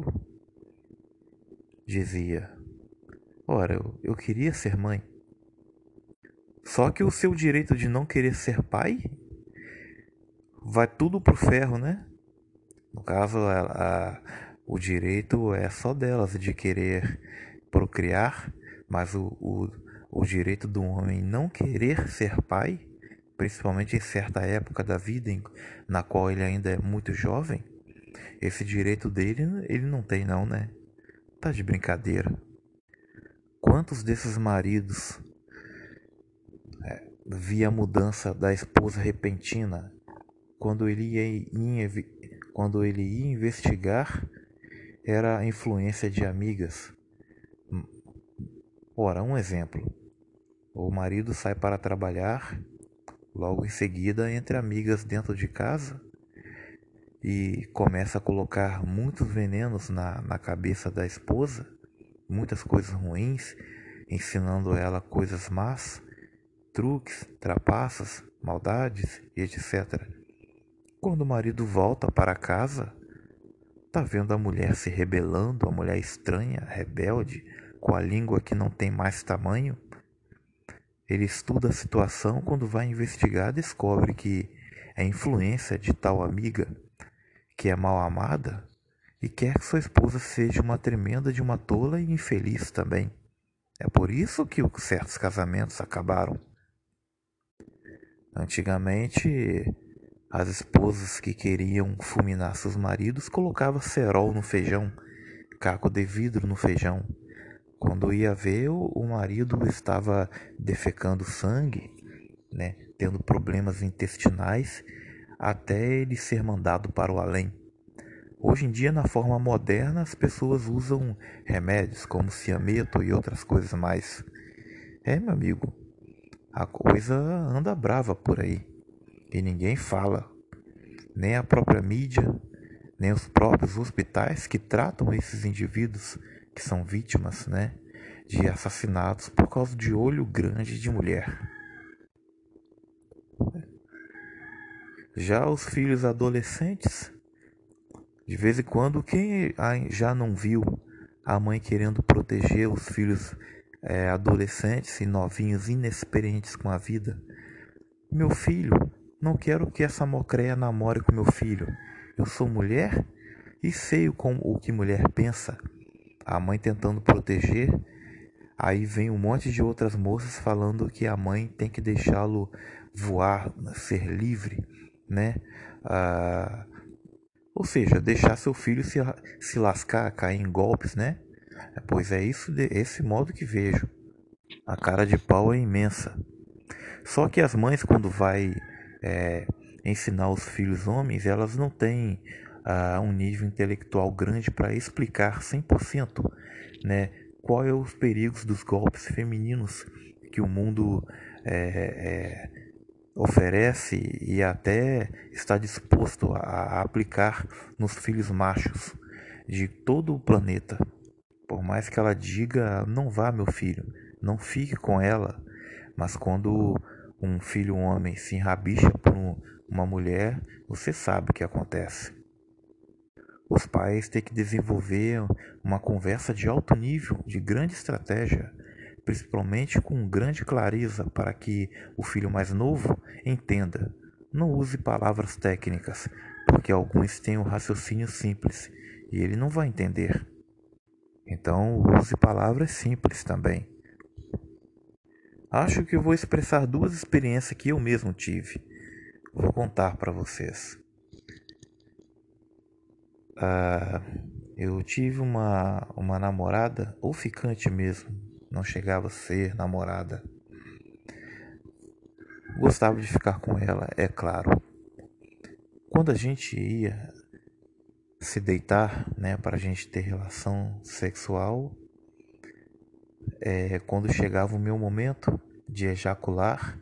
dizia: ora, eu, eu queria ser mãe. Só que o seu direito de não querer ser pai vai tudo pro ferro, né? No caso, a, a, o direito é só delas de querer procriar, mas o, o, o direito do homem não querer ser pai, principalmente em certa época da vida em, na qual ele ainda é muito jovem, esse direito dele ele não tem não, né? Tá de brincadeira. Quantos desses maridos via a mudança da esposa repentina. Quando ele ia, quando ele ia investigar, era a influência de amigas. Ora, um exemplo. O marido sai para trabalhar, logo em seguida entre amigas dentro de casa e começa a colocar muitos venenos na, na cabeça da esposa, muitas coisas ruins, ensinando ela coisas más, truques, trapaças, maldades e etcétera. Quando o marido volta para casa, tá vendo a mulher se rebelando, a mulher estranha, rebelde, com a língua que não tem mais tamanho. Ele estuda a situação, quando vai investigar, descobre que é influência de tal amiga, que é mal amada, e quer que sua esposa seja uma tremenda de uma tola e infeliz também. É por isso que certos casamentos acabaram. Antigamente, as esposas que queriam fulminar seus maridos colocavam cerol no feijão, caco de vidro no feijão. Quando ia ver, o marido estava defecando sangue, né, tendo problemas intestinais, até ele ser mandado para o além. Hoje em dia, na forma moderna, as pessoas usam remédios como ciameto e outras coisas mais. É, meu amigo, a coisa anda brava por aí e ninguém fala. Nem a própria mídia, nem os próprios hospitais que tratam esses indivíduos que são vítimas, né, de assassinatos por causa de olho grande de mulher. Já os filhos adolescentes, de vez em quando, quem já não viu a mãe querendo proteger os filhos é, adolescentes e novinhos inexperientes com a vida? Meu filho, não quero que essa mocreia namore com meu filho. Eu sou mulher e sei como, o que mulher pensa. A mãe tentando proteger, aí vem um monte de outras moças falando que a mãe tem que deixá-lo voar, ser livre, né? Ah, ou seja, deixar seu filho se, se lascar, cair em golpes, né? Pois é isso, esse modo que vejo. A cara de pau é imensa. Só que as mães, quando vai é, ensinar os filhos homens, elas não têm ah, um nível intelectual grande para explicar cem por cento, né, qual é os perigos dos golpes femininos que o mundo é, é, oferece e até está disposto a, a aplicar nos filhos machos de todo o planeta. Por mais que ela diga, não vá, meu filho, não fique com ela, mas quando um filho homem se enrabicha por um, uma mulher, você sabe o que acontece. Os pais têm que desenvolver uma conversa de alto nível, de grande estratégia, principalmente com grande clareza para que o filho mais novo entenda. Não use palavras técnicas, porque alguns têm um raciocínio simples e ele não vai entender. Então, use palavras simples também. Acho que eu vou expressar duas experiências que eu mesmo tive. Vou contar para vocês. Ah, eu tive uma, uma namorada, ou ficante mesmo, não chegava a ser namorada. Gostava de ficar com ela, é claro. Quando a gente ia se deitar, né, para a gente ter relação sexual, é, quando chegava o meu momento de ejacular,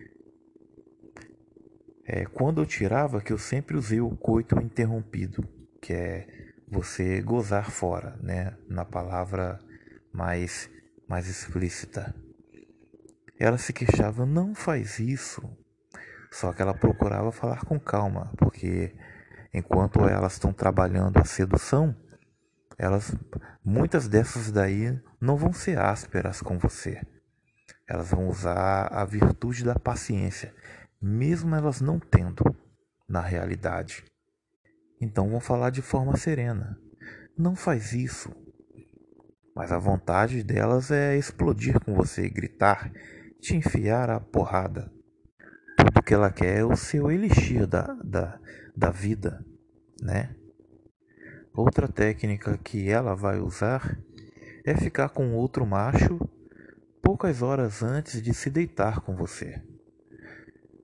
é, quando eu tirava, que eu sempre usei o coito interrompido, que é você gozar fora, né, na palavra mais, mais explícita. Ela se queixava, não faz isso. Só que ela procurava falar com calma, porque enquanto elas estão trabalhando a sedução, elas, muitas dessas daí não vão ser ásperas com você. Elas vão usar a virtude da paciência, mesmo elas não tendo na realidade. Então vão falar de forma serena. Não faz isso. Mas a vontade delas é explodir com você e gritar, te enfiar a porrada. Tudo que ela quer é o seu elixir da, da, da vida, né? Outra técnica que ela vai usar é ficar com outro macho poucas horas antes de se deitar com você.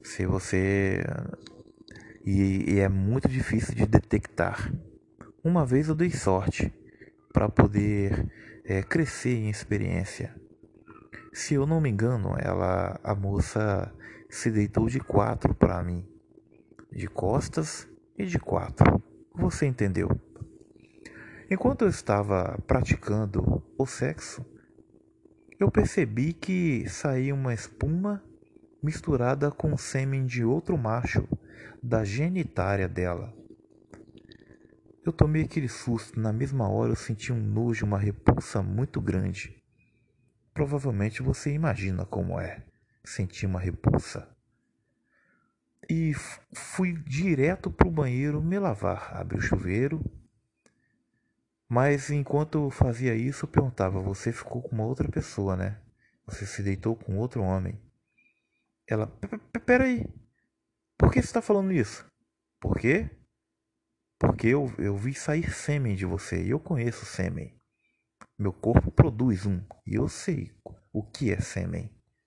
Se você e, e é muito difícil de detectar. Uma vez eu dei sorte para poder é, crescer em experiência. Se eu não me engano, ela, a moça se deitou de quatro para mim, de costas e de quatro. Você entendeu? Enquanto eu estava praticando o sexo, eu percebi que saía uma espuma misturada com o sêmen de outro macho da genitária dela. Eu tomei aquele susto, na mesma hora eu senti um nojo, uma repulsa muito grande. Provavelmente você imagina como é sentir uma repulsa. E fui direto para o banheiro me lavar. Abri o chuveiro. Mas enquanto eu fazia isso, eu perguntava: você ficou com uma outra pessoa, né? Você se deitou com outro homem. Ela: peraí, por que você está falando isso? Por quê? Porque eu, eu vi sair sêmen de você e eu conheço sêmen. Meu corpo produz um e eu sei o que é sêmen.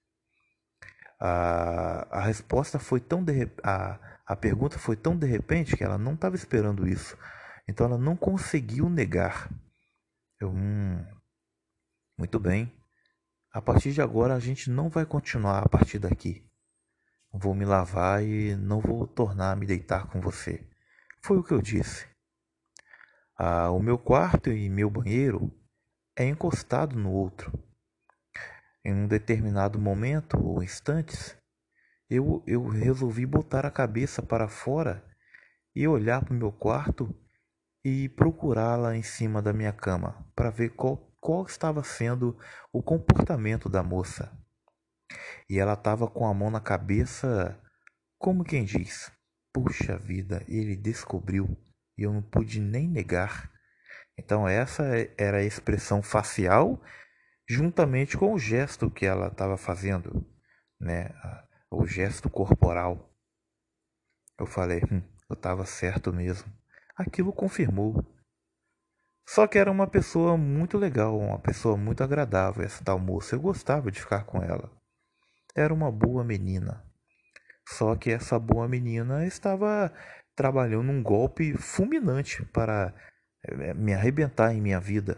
A, a resposta foi tão de, a, a pergunta foi tão de repente que ela não estava esperando isso. Então ela não conseguiu negar. Eu, hum, muito bem. A partir de agora a gente não vai continuar a partir daqui. Vou me lavar e não vou tornar a me deitar com você. Foi o que eu disse. Ah, o meu quarto e meu banheiro é encostado no outro. Em um determinado momento ou instantes, eu, eu resolvi botar a cabeça para fora e olhar para o meu quarto e procurá-la em cima da minha cama para ver qual, qual estava sendo o comportamento da moça. E ela estava com a mão na cabeça, como quem diz: puxa vida, ele descobriu e eu não pude nem negar. Então essa era a expressão facial juntamente com o gesto que ela estava fazendo, né? O gesto corporal. Eu falei: hum, eu estava certo mesmo. Aquilo confirmou. Só que era uma pessoa muito legal, uma pessoa muito agradável, essa tal moça. Eu gostava de ficar com ela. Era uma boa menina. Só que essa boa menina estava trabalhando um golpe fulminante para me arrebentar em minha vida.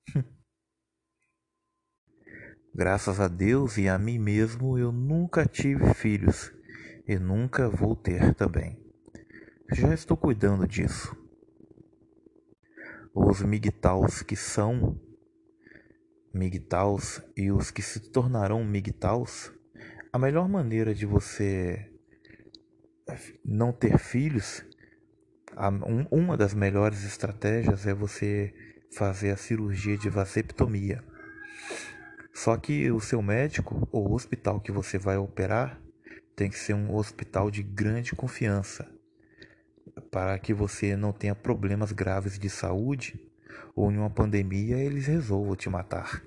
Graças a Deus e a mim mesmo, eu nunca tive filhos e nunca vou ter também. Já estou cuidando disso. Os migtaus que são migtaus e os que se tornarão migtaus, a melhor maneira de você não ter filhos, uma das melhores estratégias é você fazer a cirurgia de vasectomia. Só que o seu médico ou hospital que você vai operar tem que ser um hospital de grande confiança, para que você não tenha problemas graves de saúde ou em uma pandemia eles resolvam te matar.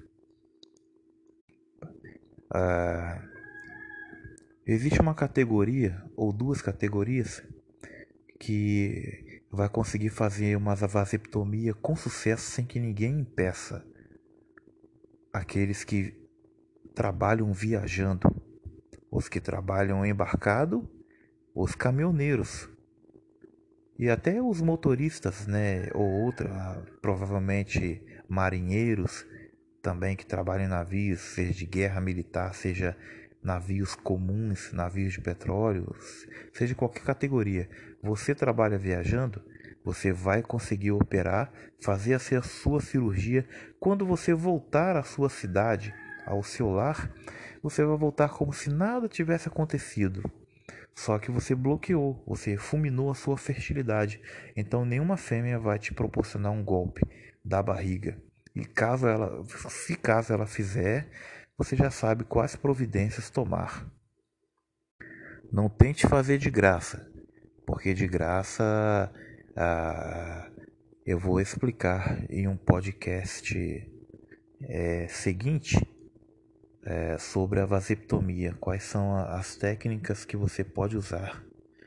Ah, existe uma categoria ou duas categorias que vai conseguir fazer uma vasectomia com sucesso sem que ninguém impeça. Aqueles que trabalham viajando, os que trabalham embarcado, os caminhoneiros e até os motoristas, né, ou outra, provavelmente marinheiros também que trabalham em navios, seja de guerra militar, seja navios comuns, navios de petróleo, seja qualquer categoria. Você trabalha viajando, você vai conseguir operar, fazer a sua cirurgia. Quando você voltar à sua cidade, ao seu lar, você vai voltar como se nada tivesse acontecido. Só que você bloqueou, você fulminou a sua fertilidade. Então nenhuma fêmea vai te proporcionar um golpe da barriga. E caso ela, se caso ela fizer, você já sabe quais providências tomar. Não tente fazer de graça, porque de graça ah, eu vou explicar em um podcast é, seguinte é, sobre a vasectomia, quais são as técnicas que você pode usar.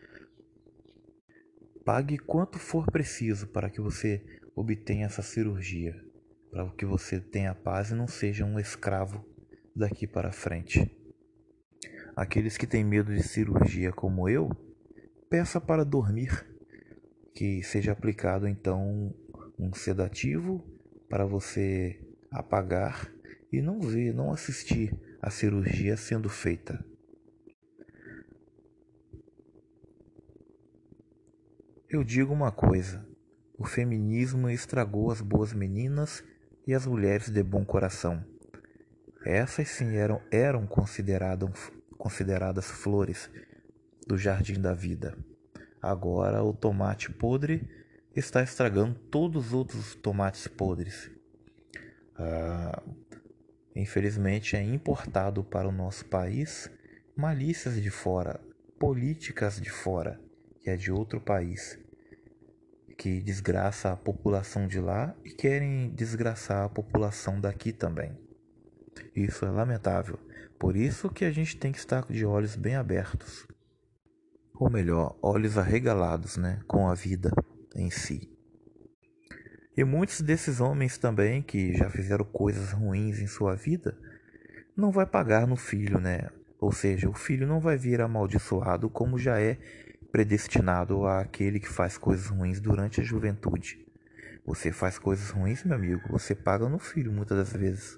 Pague quanto for preciso para que você obtenha essa cirurgia, para que você tenha paz e não seja um escravo daqui para frente. Aqueles que têm medo de cirurgia como eu, peça para dormir, que seja aplicado então um sedativo para você apagar e não ver, não assistir a cirurgia sendo feita. Eu digo uma coisa, o feminismo estragou as boas meninas e as mulheres de bom coração. Essas sim eram, eram consideradas, consideradas flores do jardim da vida. Agora o tomate podre está estragando todos os outros tomates podres. Ah, infelizmente é importado para o nosso país malícias de fora, políticas de fora, que é de outro país, que desgraça a população de lá e querem desgraçar a população daqui também. Isso é lamentável. Por isso que a gente tem que estar de olhos bem abertos. Ou melhor, olhos arregalados, né, com a vida em si. E muitos desses homens também, que já fizeram coisas ruins em sua vida, não vai pagar no filho, né? Ou seja, o filho não vai vir amaldiçoado como já é predestinado àquele que faz coisas ruins durante a juventude. Você faz coisas ruins, meu amigo, você paga no filho muitas das vezes.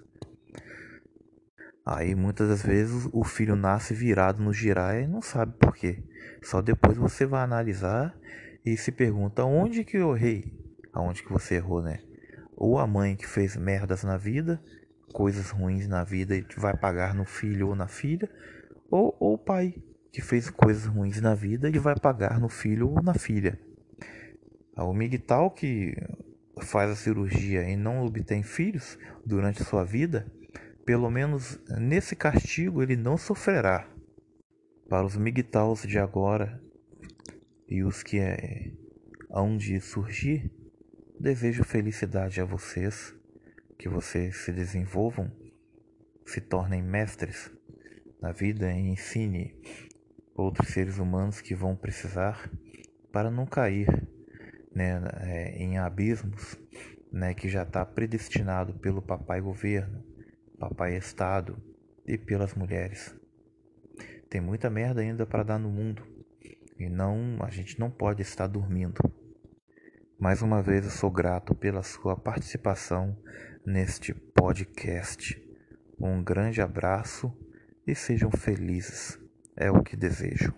Aí muitas das vezes o filho nasce virado no girar e não sabe por quê. Só depois você vai analisar e se pergunta onde que eu errei, aonde que você errou, né? Ou a mãe que fez merdas na vida, coisas ruins na vida e vai pagar no filho ou na filha, ou, ou o pai que fez coisas ruins na vida e vai pagar no filho ou na filha. O migtal que faz a cirurgia e não obtém filhos durante sua vida, pelo menos nesse castigo ele não sofrerá. Para os migtaus de agora e os que é, hão de surgir, desejo felicidade a vocês, que vocês se desenvolvam, se tornem mestres na vida e ensine outros seres humanos que vão precisar para não cair, né, em abismos, né, que já está predestinado pelo papai governo, papai Estado e pelas mulheres. Tem muita merda ainda para dar no mundo e não, a gente não pode estar dormindo. Mais uma vez eu sou grato pela sua participação neste podcast. Um grande abraço e sejam felizes. É o que desejo.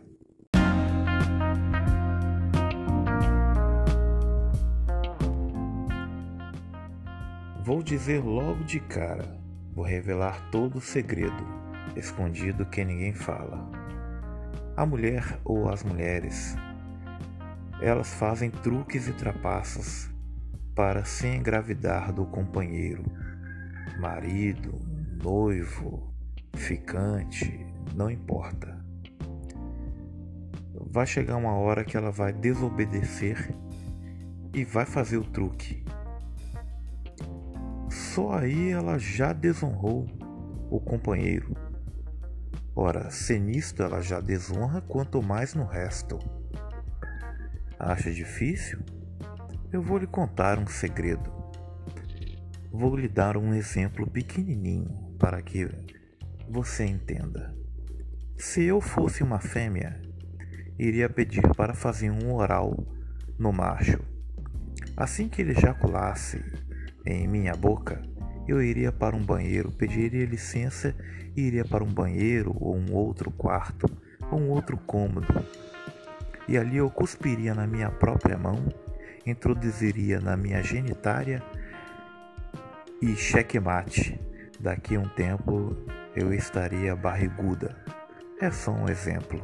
Vou dizer logo de cara. Vou revelar todo o segredo, escondido que ninguém fala. A mulher ou as mulheres, elas fazem truques e trapaças para se engravidar do companheiro, marido, noivo, ficante, não importa. Vai chegar uma hora que ela vai desobedecer e vai fazer o truque. Só aí ela já desonrou o companheiro. Ora, se nisto ela já desonra, quanto mais no resto. Acha difícil? Eu vou lhe contar um segredo. Vou lhe dar um exemplo pequenininho para que você entenda. Se eu fosse uma fêmea, iria pedir para fazer um oral no macho. Assim que ele ejaculasse em minha boca, eu iria para um banheiro, pediria licença e iria para um banheiro ou um outro quarto ou um outro cômodo. E ali eu cuspiria na minha própria mão, introduziria na minha genitária e checkmate. Daqui a um tempo eu estaria barriguda. É só um exemplo.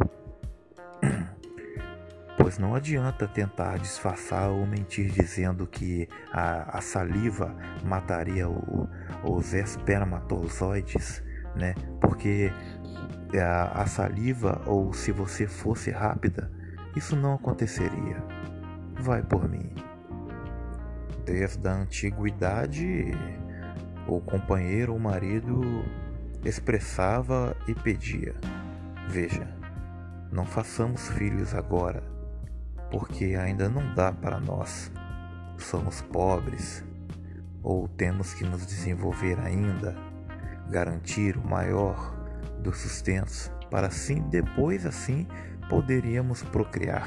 Pois não adianta tentar disfarçar ou mentir dizendo que a, a saliva mataria o, os espermatozoides, né? Porque a, a saliva, ou se você fosse rápida, isso não aconteceria. Vai por mim. Desde a antiguidade, o companheiro ou marido expressava e pedia: veja, não façamos filhos agora, porque ainda não dá para nós. Somos pobres, ou temos que nos desenvolver ainda, garantir o maior dos sustentos para assim, depois assim, poderíamos procriar.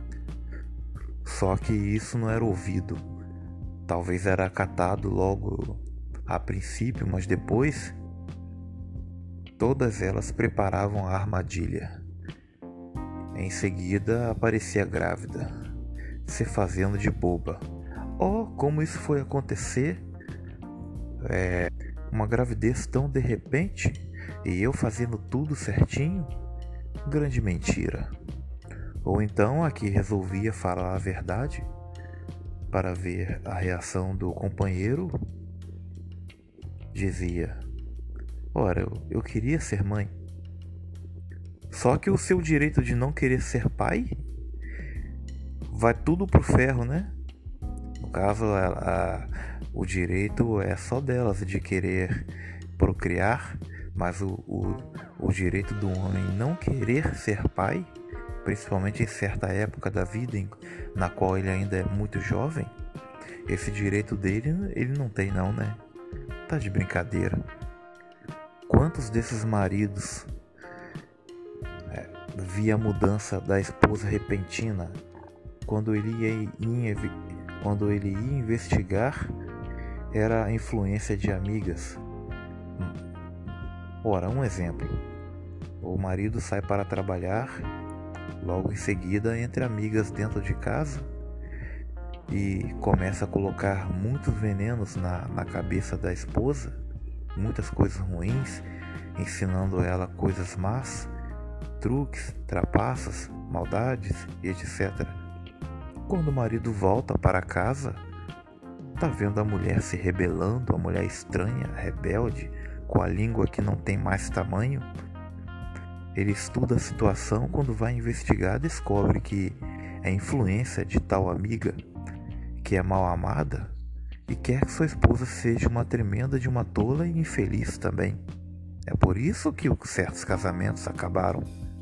Só que isso não era ouvido. Talvez era acatado logo a princípio, mas depois todas elas preparavam a armadilha. Em seguida aparecia grávida, se fazendo de boba. Oh, como isso foi acontecer? É, uma gravidez tão de repente e eu fazendo tudo certinho? Grande mentira. Ou então a que resolvia falar a verdade para ver a reação do companheiro dizia: ora, eu, eu queria ser mãe. Só que o seu direito de não querer ser pai vai tudo pro ferro, né? No caso, a, a, o direito é só delas de querer procriar, mas o, o, o direito do homem não querer ser pai, principalmente em certa época da vida em, na qual ele ainda é muito jovem, esse direito dele ele não tem não, né? Tá de brincadeira. Quantos desses maridos é, via a mudança da esposa repentina quando ele ia, ia, quando ele ia investigar era a influência de amigas? Ora, um exemplo. O marido sai para trabalhar, logo em seguida entre amigas dentro de casa e começa a colocar muitos venenos na, na cabeça da esposa, muitas coisas ruins, ensinando ela coisas más, truques, trapaças, maldades e etcétera. Quando o marido volta para casa, tá vendo a mulher se rebelando, a mulher estranha, rebelde, com a língua que não tem mais tamanho. Ele estuda a situação, quando vai investigar descobre que é influência de tal amiga que é mal amada e quer que sua esposa seja uma tremenda de uma tola e infeliz também. É por isso que certos casamentos acabaram.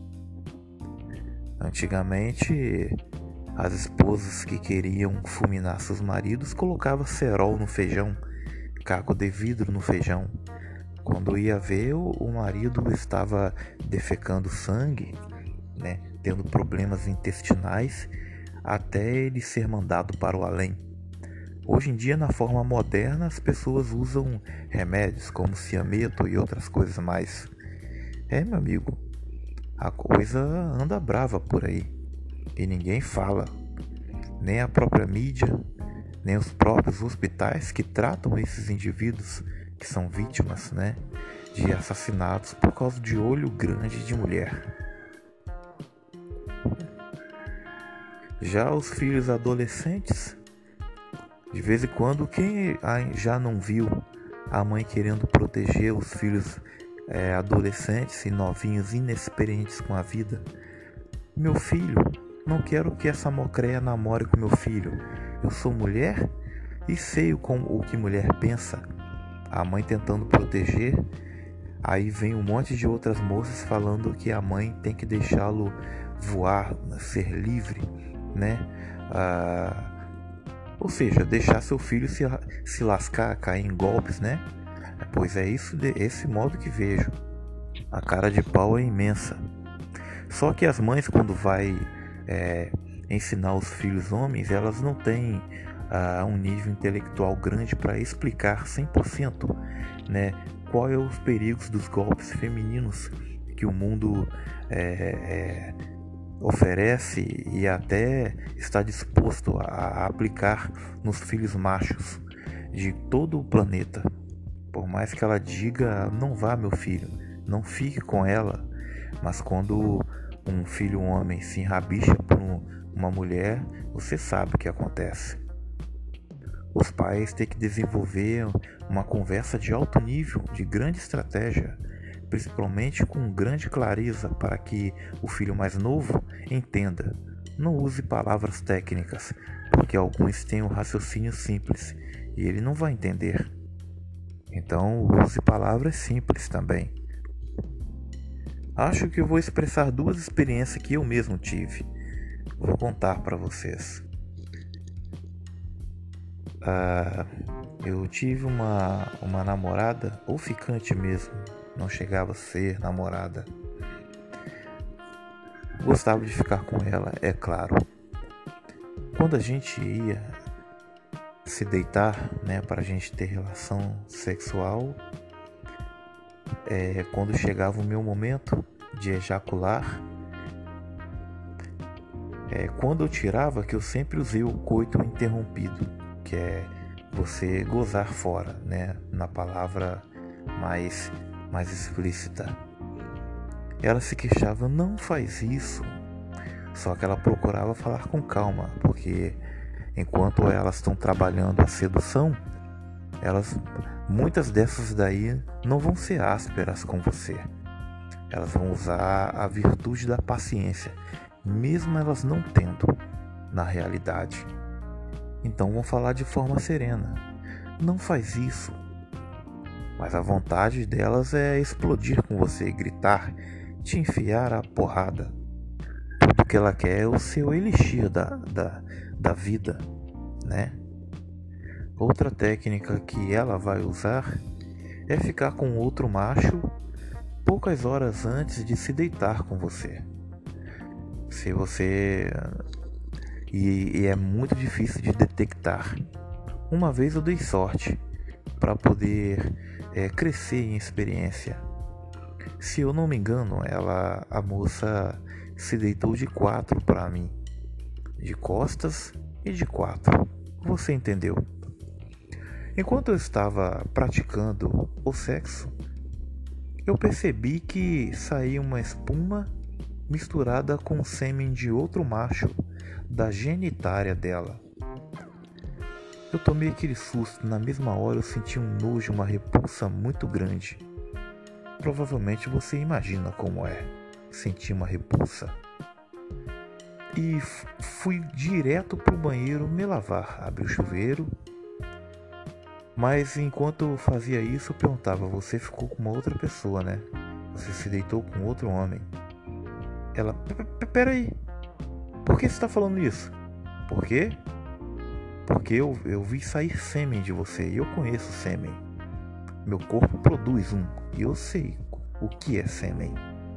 Antigamente, as esposas que queriam fulminar seus maridos colocavam cerol no feijão, caco de vidro no feijão. Quando ia ver, o marido estava defecando sangue, né, tendo problemas intestinais, até ele ser mandado para o além. Hoje em dia, na forma moderna, as pessoas usam remédios como ciameto e outras coisas mais. É, meu amigo, a coisa anda brava por aí e ninguém fala. Nem a própria mídia, nem os próprios hospitais que tratam esses indivíduos que são vítimas, né, de assassinatos por causa de olho grande de mulher. Já os filhos adolescentes, de vez em quando, quem já não viu a mãe querendo proteger os filhos é, adolescentes e novinhos inexperientes com a vida? Meu filho, não quero que essa mocreia namore com meu filho. Eu sou mulher e sei como, o que mulher pensa. A mãe tentando proteger, aí vem um monte de outras moças falando que a mãe tem que deixá-lo voar, ser livre, né? Ah, ou seja, deixar seu filho se, se lascar, cair em golpes, né? Pois é isso, esse modo que vejo. A cara de pau é imensa. Só que as mães, quando vai é, ensinar os filhos homens, elas não têm ah, um nível intelectual grande para explicar cem por cento, né, qual é os perigos dos golpes femininos que o mundo é, é, oferece e até está disposto a aplicar nos filhos machos de todo o planeta. Por mais que ela diga, não vá meu filho, não fique com ela, mas quando um filho homem se enrabicha por um, uma mulher, você sabe o que acontece. Os pais têm que desenvolver uma conversa de alto nível, de grande estratégia, principalmente com grande clareza para que o filho mais novo entenda. Não use palavras técnicas, porque alguns têm um raciocínio simples e ele não vai entender. Então use palavras simples também. Acho que eu vou expressar duas experiências que eu mesmo tive. Vou contar para vocês. Ah, eu tive uma, uma namorada, ou ficante mesmo, não chegava a ser namorada. Gostava de ficar com ela, é claro. Quando a gente ia se deitar, né, para a gente ter relação sexual, é, quando chegava o meu momento de ejacular, é, quando eu tirava, que eu sempre usei o coito interrompido, que é você gozar fora, né, na palavra mais, mais explícita. Ela se queixava, não faz isso. Só que ela procurava falar com calma, porque enquanto elas estão trabalhando a sedução, elas, muitas dessas daí não vão ser ásperas com você. Elas vão usar a virtude da paciência, mesmo elas não tendo na realidade. Então vão falar de forma serena. Não faz isso. Mas a vontade delas é explodir com você, gritar, te enfiar a porrada. Tudo que ela quer é o seu elixir da, da, da vida, né? Outra técnica que ela vai usar é ficar com outro macho poucas horas antes de se deitar com você. Se você... E, e é muito difícil de detectar. Uma vez eu dei sorte para poder é, crescer em experiência. Se eu não me engano, ela, a moça se deitou de quatro para mim, de costas e de quatro. Você entendeu? Enquanto eu estava praticando o sexo, eu percebi que saía uma espuma misturada com o sêmen de outro macho da genitária dela. Eu tomei aquele susto. Na mesma hora eu senti um nojo, uma repulsa muito grande. Provavelmente você imagina como é sentir uma repulsa. E f- fui direto pro banheiro me lavar. Abri o chuveiro. Mas enquanto eu fazia isso, eu perguntava: você ficou com uma outra pessoa, né? Você se deitou com outro homem. Ela: peraí, por que você está falando isso? Por quê? Porque eu, eu vi sair sêmen de você e eu conheço sêmen. Meu corpo produz um e eu sei o que é sêmen.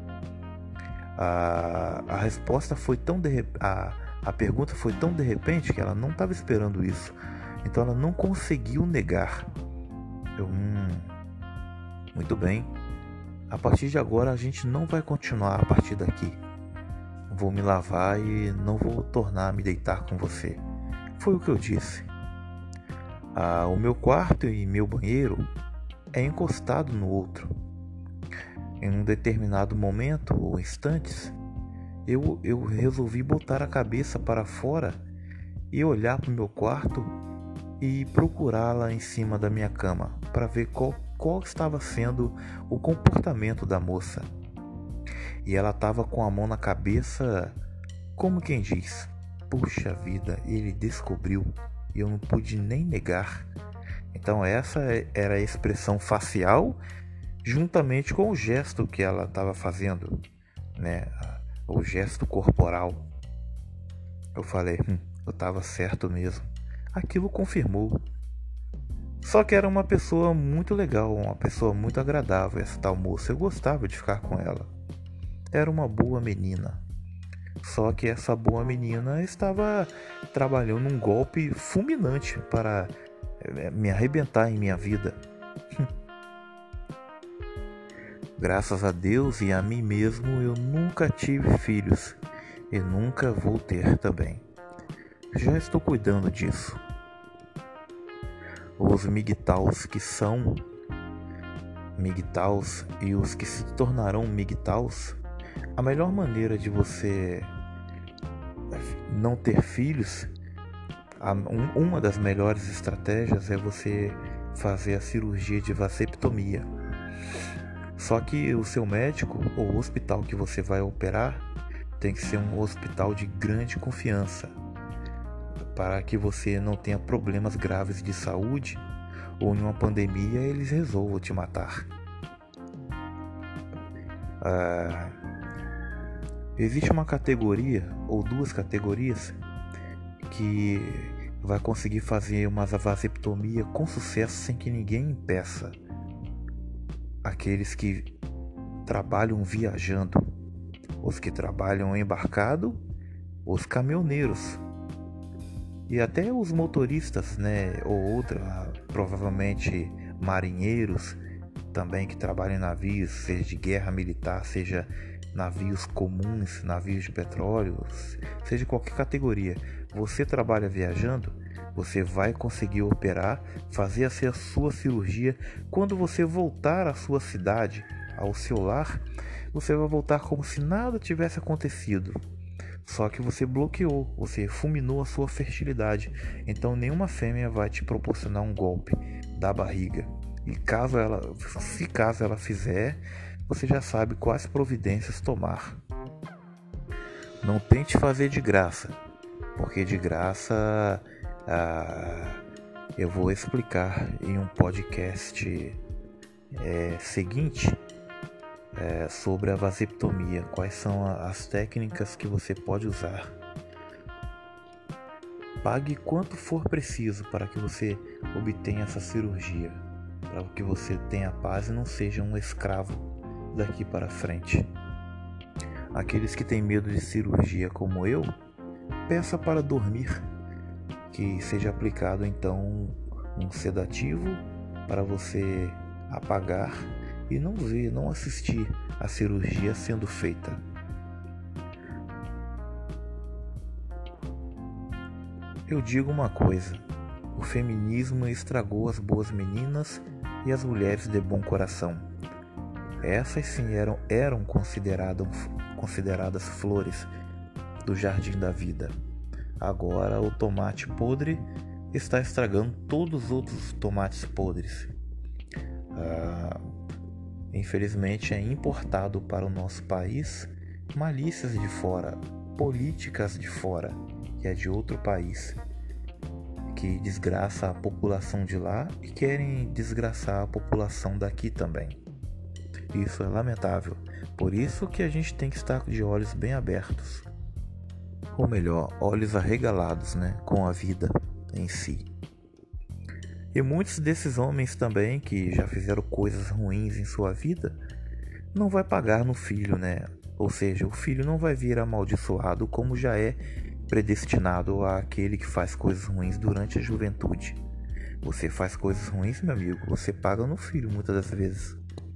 A, a resposta foi tão de, a, a pergunta foi tão de repente que ela não estava esperando isso. Então ela não conseguiu negar. Eu, hum, muito bem. A partir de agora a gente não vai continuar a partir daqui. Vou me lavar e não vou tornar a me deitar com você. Foi o que eu disse. Ah, o meu quarto e meu banheiro é encostado no outro. Em um determinado momento ou instantes, eu, eu resolvi botar a cabeça para fora e olhar para o meu quarto e procurá-la em cima da minha cama para ver qual, qual estava sendo o comportamento da moça. E ela estava com a mão na cabeça, como quem diz: puxa vida, ele descobriu e eu não pude nem negar. Então essa era a expressão facial juntamente com o gesto que ela estava fazendo, né? O gesto corporal. Eu falei, hum, eu estava certo mesmo. Aquilo confirmou. Só que era uma pessoa muito legal, uma pessoa muito agradável, essa tal moça. Eu gostava de ficar com ela. Era uma boa menina. Só que essa boa menina estava trabalhando um golpe fulminante para me arrebentar em minha vida. Graças a Deus e a mim mesmo, eu nunca tive filhos e nunca vou ter também. Já estou cuidando disso. Os migtaus que são migtaus e os que se tornarão migtaus, a melhor maneira de você não ter filhos, uma das melhores estratégias é você fazer a cirurgia de vasectomia. Só que o seu médico ou o hospital que você vai operar tem que ser um hospital de grande confiança, para que você não tenha problemas graves de saúde ou em uma pandemia eles resolvam te matar. Ah, existe uma categoria ou duas categorias que vai conseguir fazer uma vasectomia com sucesso sem que ninguém impeça. Aqueles que trabalham viajando, os que trabalham embarcado, os caminhoneiros e até os motoristas, né, ou outra, provavelmente marinheiros também que trabalham em navios, seja de guerra militar, seja navios comuns, navios de petróleo, seja qualquer categoria. Você trabalha viajando, você vai conseguir operar, fazer a sua cirurgia. Quando você voltar à sua cidade, ao seu lar, você vai voltar como se nada tivesse acontecido. Só que você bloqueou, você fulminou a sua fertilidade. Então nenhuma fêmea vai te proporcionar um golpe da barriga. E caso ela, se caso ela fizer, você já sabe quais providências tomar. Não tente fazer de graça, porque de graça ah, eu vou explicar em um podcast é, seguinte. É, sobre a vasectomia, quais são as técnicas que você pode usar. Pague quanto for preciso para que você obtenha essa cirurgia, para que você tenha paz e não seja um escravo daqui para frente. Aqueles que têm medo de cirurgia como eu, peça para dormir, que seja aplicado então um sedativo para você apagar e não ver, não assistir a cirurgia sendo feita. Eu digo uma coisa: o feminismo estragou as boas meninas e as mulheres de bom coração. Essas sim eram, eram consideradas, consideradas flores do jardim da vida. Agora o tomate podre está estragando todos os outros tomates podres. Ah, Infelizmente é importado para o nosso país malícias de fora, políticas de fora, que é de outro país, que desgraça a população de lá e querem desgraçar a população daqui também. Isso é lamentável, por isso que a gente tem que estar de olhos bem abertos, ou melhor, olhos arregalados, né, com a vida em si. E muitos desses homens também, que já fizeram coisas ruins em sua vida, não vai pagar no filho, né? Ou seja, o filho não vai vir amaldiçoado como já é predestinado àquele que faz coisas ruins durante a juventude. Você faz coisas ruins, meu amigo, você paga no filho muitas das vezes.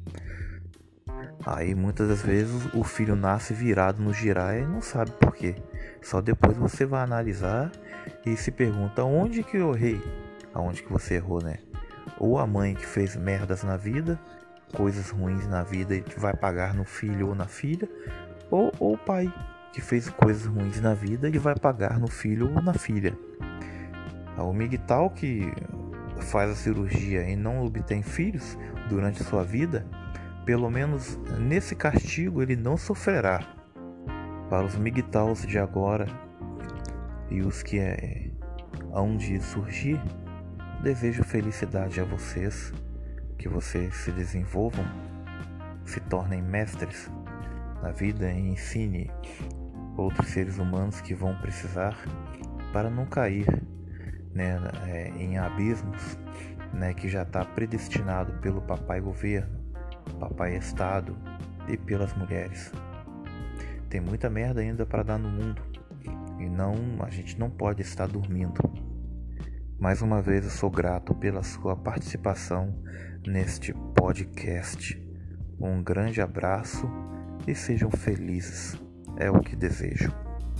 Aí muitas das vezes o filho nasce virado no girar e não sabe por quê. Só depois você vai analisar e se pergunta: onde que eu errei? Aonde que você errou, né? Ou a mãe que fez merdas na vida, coisas ruins na vida e vai pagar no filho ou na filha, ou, ou o pai que fez coisas ruins na vida e vai pagar no filho ou na filha. O migtal que faz a cirurgia e não obtém filhos durante sua vida, pelo menos nesse castigo ele não sofrerá. Para os migtals de agora e os que é, hão de surgir, desejo felicidade a vocês, que vocês se desenvolvam, se tornem mestres na vida e ensine outros seres humanos que vão precisar para não cair, né, em abismos, né, que já está predestinado pelo papai governo, papai estado e pelas mulheres. Tem muita merda ainda para dar no mundo e não, a gente não pode estar dormindo. Mais uma vez eu sou grato pela sua participação neste podcast. Um grande abraço e sejam felizes. É o que desejo.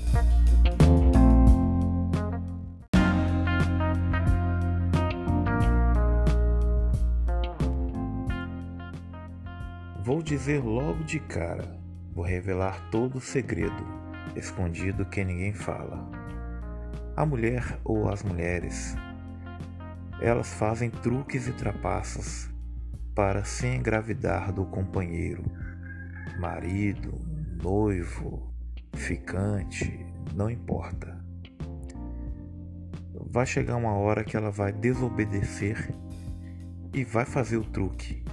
Vou dizer logo de cara, vou revelar todo o segredo, escondido que ninguém fala. A mulher ou as mulheres, elas fazem truques e trapaças para se engravidar do companheiro, marido, noivo, ficante, não importa. Vai chegar uma hora que ela vai desobedecer e vai fazer o truque.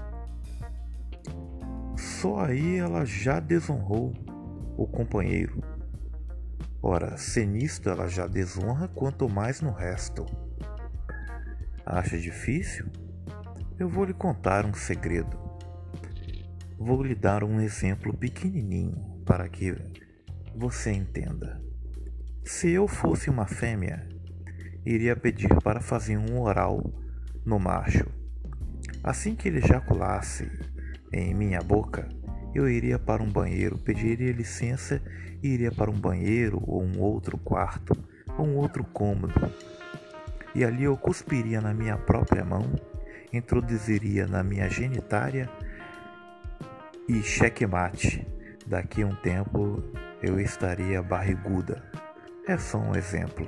Só aí ela já desonrou o companheiro. Ora, se nisto ela já desonra, quanto mais no resto. Acha difícil? Eu vou lhe contar um segredo. Vou lhe dar um exemplo pequenininho para que você entenda. Se eu fosse uma fêmea, iria pedir para fazer um oral no macho. Assim que ele ejaculasse em minha boca, eu iria para um banheiro, pediria licença e iria para um banheiro ou um outro quarto ou um outro cômodo. E ali eu cuspiria na minha própria mão, introduziria na minha genitária e checkmate. Daqui a um tempo eu estaria barriguda. É só um exemplo.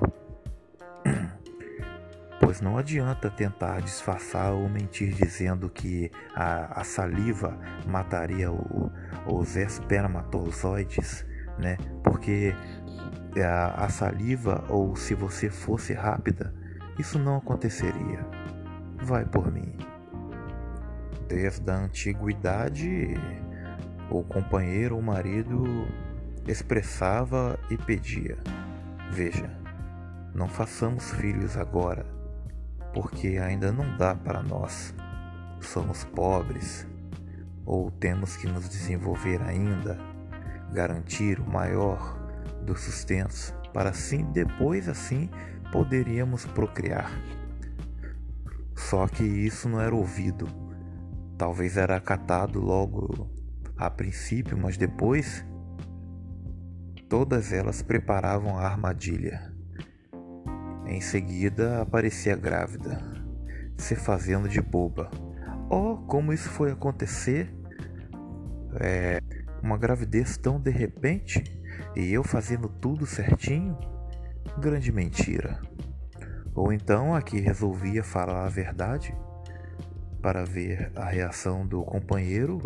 Pois não adianta tentar disfarçar ou mentir dizendo que a, a saliva mataria o, os espermatozoides, né? Porque a, a saliva, ou se você fosse rápida, isso não aconteceria. Vai por mim. Desde a antiguidade, o companheiro ou marido expressava e pedia: veja, não façamos filhos agora, porque ainda não dá para nós. Somos pobres, ou temos que nos desenvolver ainda, garantir o maior dos sustentos, para assim, depois assim, poderíamos procriar. Só que isso não era ouvido. Talvez era acatado logo a princípio, mas depois todas elas preparavam a armadilha. Em seguida aparecia grávida, se fazendo de boba. Oh, como isso foi acontecer? É, uma gravidez tão de repente e eu fazendo tudo certinho? Grande mentira. Ou então a que resolvia falar a verdade para ver a reação do companheiro,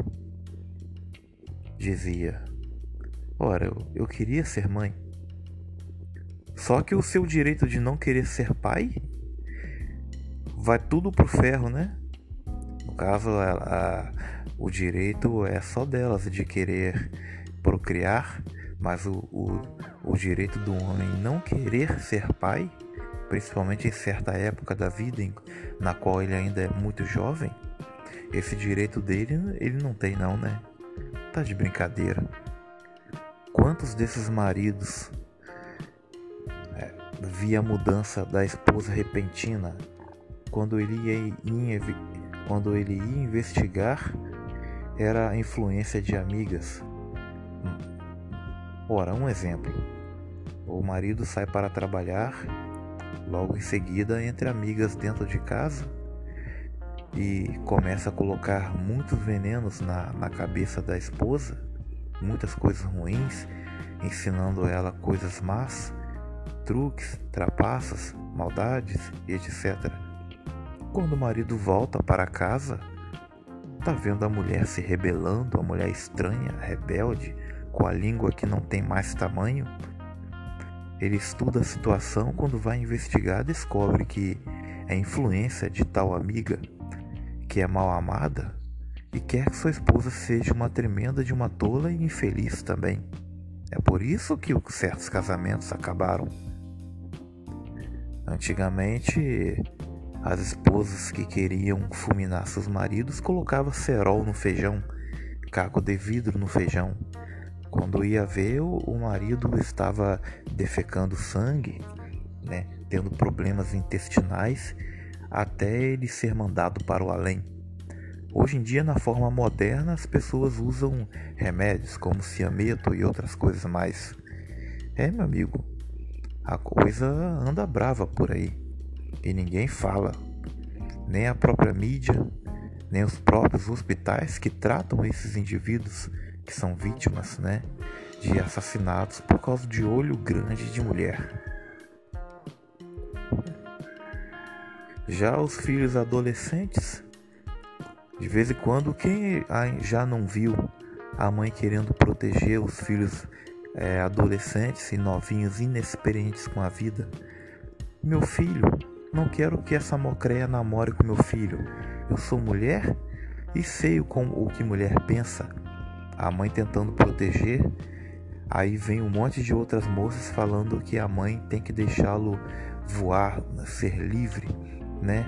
dizia: ora, eu, eu queria ser mãe. Só que o seu direito de não querer ser pai vai tudo pro ferro, né? No caso, a, a, o direito é só delas de querer procriar, mas o, o, o direito do homem não querer ser pai, principalmente em certa época da vida em, na qual ele ainda é muito jovem, esse direito dele ele não tem não, né? Tá de brincadeira. Quantos desses maridos é, via a mudança da esposa repentina quando ele ia, ia, quando ele ia investigar era a influência de amigas? Ora, um exemplo. O marido sai para trabalhar, logo em seguida entre amigas dentro de casa e começa a colocar muitos venenos na, na cabeça da esposa, muitas coisas ruins, ensinando ela coisas más, truques, trapaças, maldades, etcétera. Quando o marido volta para casa, tá vendo a mulher se rebelando, a mulher estranha, rebelde, com a língua que não tem mais tamanho. Ele estuda a situação, quando vai investigar descobre que é influência de tal amiga que é mal amada e quer que sua esposa seja uma tremenda de uma tola e infeliz também. É por isso que certos casamentos acabaram. Antigamente, as esposas que queriam fulminar seus maridos colocavam cerol no feijão, caco de vidro no feijão. Quando ia ver, o marido estava defecando sangue, né, tendo problemas intestinais, até ele ser mandado para o além. Hoje em dia, na forma moderna, as pessoas usam remédios como ciameto e outras coisas mais. É, meu amigo, a coisa anda brava por aí e ninguém fala. Nem a própria mídia, nem os próprios hospitais que tratam esses indivíduos que são vítimas, né, de assassinatos por causa de olho grande de mulher. Já os filhos adolescentes, de vez em quando, quem já não viu a mãe querendo proteger os filhos é, adolescentes e novinhos inexperientes com a vida? Meu filho, não quero que essa mocreia namore com meu filho. Eu sou mulher e sei como, o que mulher pensa. A mãe tentando proteger, aí vem um monte de outras moças falando que a mãe tem que deixá-lo voar, ser livre, né?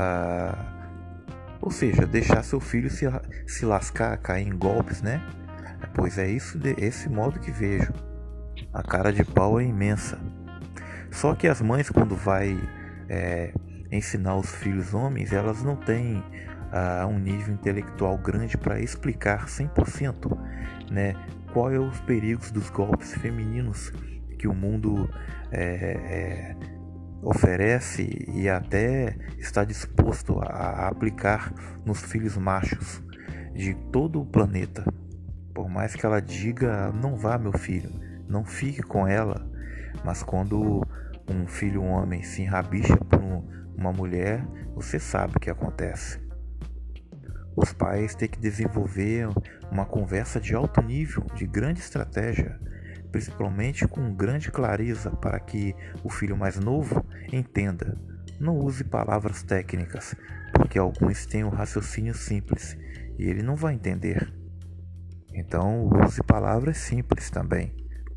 Ah, ou seja, deixar seu filho se, se lascar, cair em golpes, né? Pois é isso desse modo que vejo. A cara de pau é imensa. Só que as mães, quando vai é, ensinar os filhos homens, elas não têm ah, um nível intelectual grande para explicar cem por cento, né, qual é os perigos dos golpes femininos que o mundo é, é, oferece e até está disposto a aplicar nos filhos machos de todo o planeta. Por mais que ela diga, não vá meu filho, não fique com ela, mas quando um filho homem se enrabicha por um, uma mulher, você sabe o que acontece. Os pais têm que desenvolver uma conversa de alto nível, de grande estratégia, principalmente com grande clareza para que o filho mais novo entenda. Não use palavras técnicas, porque alguns têm um raciocínio simples e ele não vai entender. Então use palavras simples também.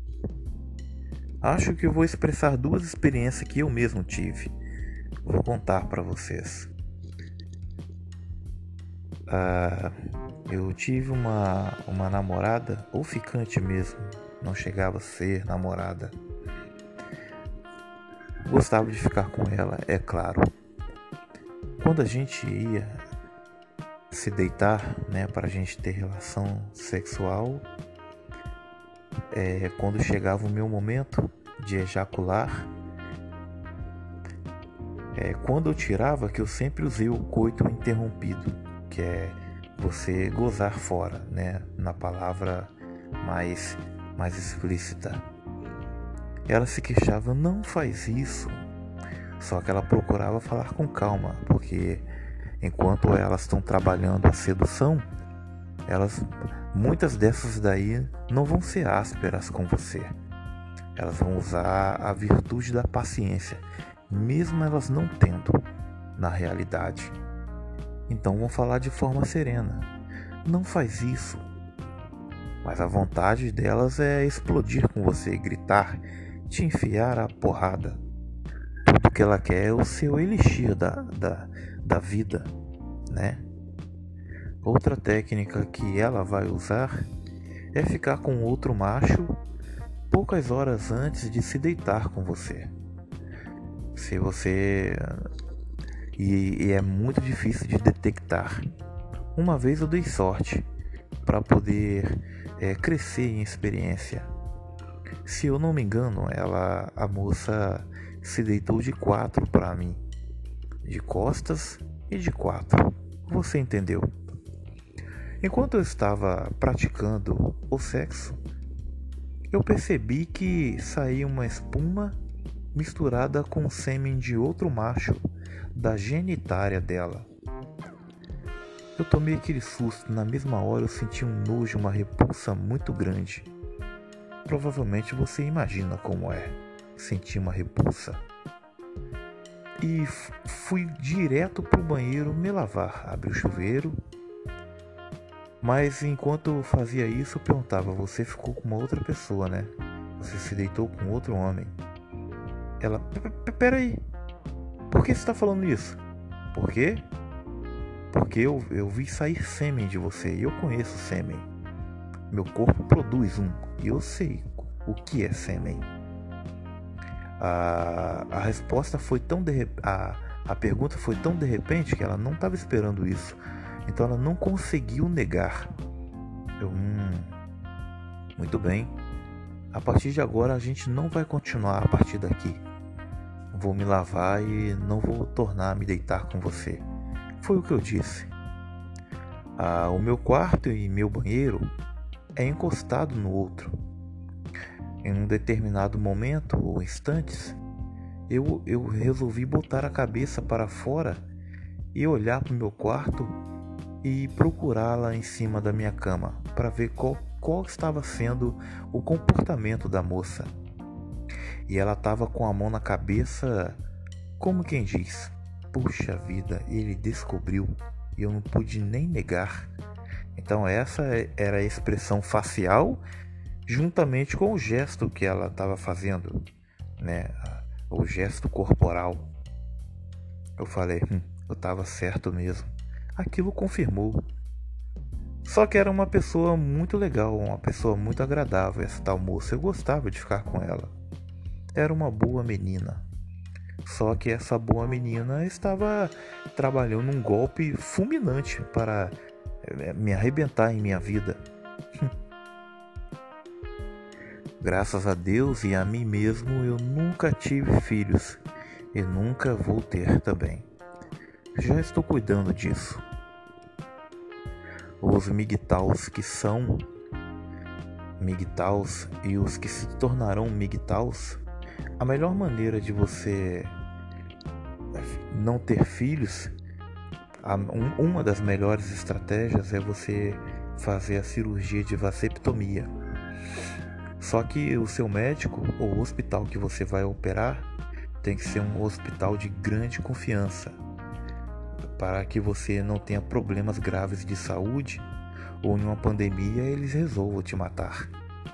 Acho que eu vou expressar duas experiências que eu mesmo tive. Vou contar para vocês. Ah, eu tive uma, uma namorada, ou ficante mesmo, não chegava a ser namorada. Gostava de ficar com ela, é claro. Quando a gente ia se deitar, né, para a gente ter relação sexual, é, quando chegava o meu momento de ejacular, é, quando eu tirava, que eu sempre usei o coito interrompido, que é você gozar fora, né, na palavra mais, mais explícita. Ela se queixava, não faz isso. Só que ela procurava falar com calma, porque enquanto elas estão trabalhando a sedução, elas, muitas dessas daí não vão ser ásperas com você. Elas vão usar a virtude da paciência, mesmo elas não tendo na realidade. Então vão falar de forma serena. Não faz isso. Mas a vontade delas é explodir com você, gritar, te enfiar a porrada. Tudo que ela quer é o seu elixir da, da, da vida, né? Outra técnica que ela vai usar é ficar com outro macho poucas horas antes de se deitar com você. Se você... E, e é muito difícil de detectar. Uma vez eu dei sorte para poder é, crescer em experiência. Se eu não me engano, ela, a moça se deitou de quatro para mim, de costas e de quatro. Você entendeu? Enquanto eu estava praticando o sexo, eu percebi que saía uma espuma misturada com o sêmen de outro macho da genitária dela. Eu tomei aquele susto. Na mesma hora eu senti um nojo, uma repulsa muito grande. Provavelmente você imagina como é sentir uma repulsa. E fui direto pro banheiro me lavar. Abri o chuveiro. Mas enquanto eu fazia isso, eu perguntava, você ficou com uma outra pessoa, né? Você se deitou com outro homem. Ela, peraí, por que você está falando isso? Por quê? Porque eu, eu vi sair sêmen de você e eu conheço sêmen. Meu corpo produz um e eu sei o que é sêmen. A, a resposta foi tão de, a, a pergunta foi tão de repente que ela não estava esperando isso. Então ela não conseguiu negar. Eu, hum, muito bem. A partir de agora a gente não vai continuar a partir daqui. Vou me lavar e não vou tornar a me deitar com você. Foi o que eu disse. Ah, o meu quarto e meu banheiro é encostado no outro. Em um determinado momento ou instantes, eu, eu resolvi botar a cabeça para fora e olhar para o meu quarto e procurá-la em cima da minha cama para ver qual, qual estava sendo o comportamento da moça. E ela estava com a mão na cabeça, como quem diz, puxa vida, ele descobriu e eu não pude nem negar. Então essa era a expressão facial juntamente com o gesto que ela estava fazendo, né? O gesto corporal. Eu falei, hum, eu estava certo mesmo. Aquilo confirmou. Só que era uma pessoa muito legal, uma pessoa muito agradável, essa tal moça. Eu gostava de ficar com ela. Era uma boa menina. Só que essa boa menina estava trabalhando um golpe fulminante para me arrebentar em minha vida. Graças a Deus e a mim mesmo, eu nunca tive filhos e nunca vou ter também. Já estou cuidando disso. Os migtaus que são migtaus e os que se tornarão migtaus, a melhor maneira de você não ter filhos, uma das melhores estratégias é você fazer a cirurgia de vasectomia. Só que o seu médico ou hospital que você vai operar tem que ser um hospital de grande confiança, para que você não tenha problemas graves de saúde ou em uma pandemia eles resolvam te matar.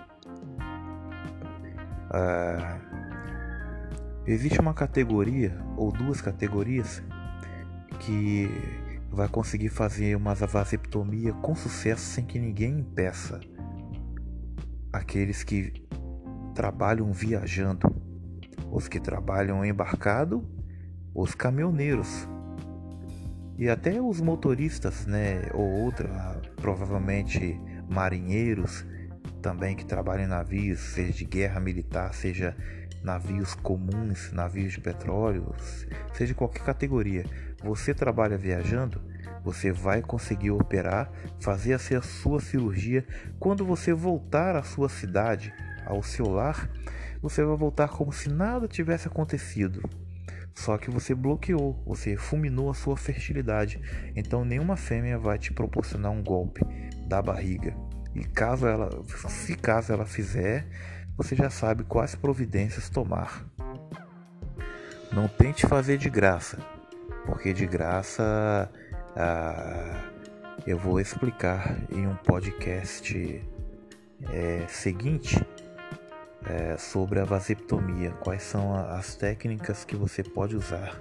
Ah, existe uma categoria ou duas categorias que vai conseguir fazer uma vasectomia com sucesso sem que ninguém impeça. Aqueles que trabalham viajando, os que trabalham embarcado, os caminhoneiros e até os motoristas, né, ou outra, provavelmente marinheiros também que trabalham em navios, seja de guerra militar, seja navios comuns, navios de petróleo, seja qualquer categoria. Você trabalha viajando, você vai conseguir operar, fazer a sua cirurgia. Quando você voltar à sua cidade, ao seu lar, você vai voltar como se nada tivesse acontecido. Só que você bloqueou, você fulminou a sua fertilidade. Então nenhuma fêmea vai te proporcionar um golpe da barriga. E caso ela, se caso ela fizer, você já sabe quais providências tomar. Não tente fazer de graça, porque de graça ah, eu vou explicar em um podcast é, seguinte é, sobre a vasectomia, quais são as técnicas que você pode usar.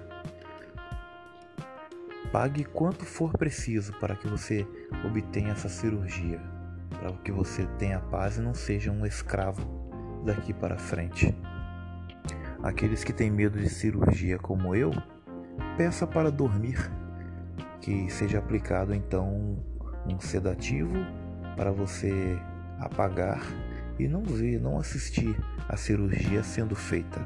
Pague quanto for preciso para que você obtenha essa cirurgia, para que você tenha paz e não seja um escravo daqui para frente. Aqueles que têm medo de cirurgia como eu, peça para dormir, que seja aplicado então um sedativo para você apagar e não ver, não assistir a cirurgia sendo feita.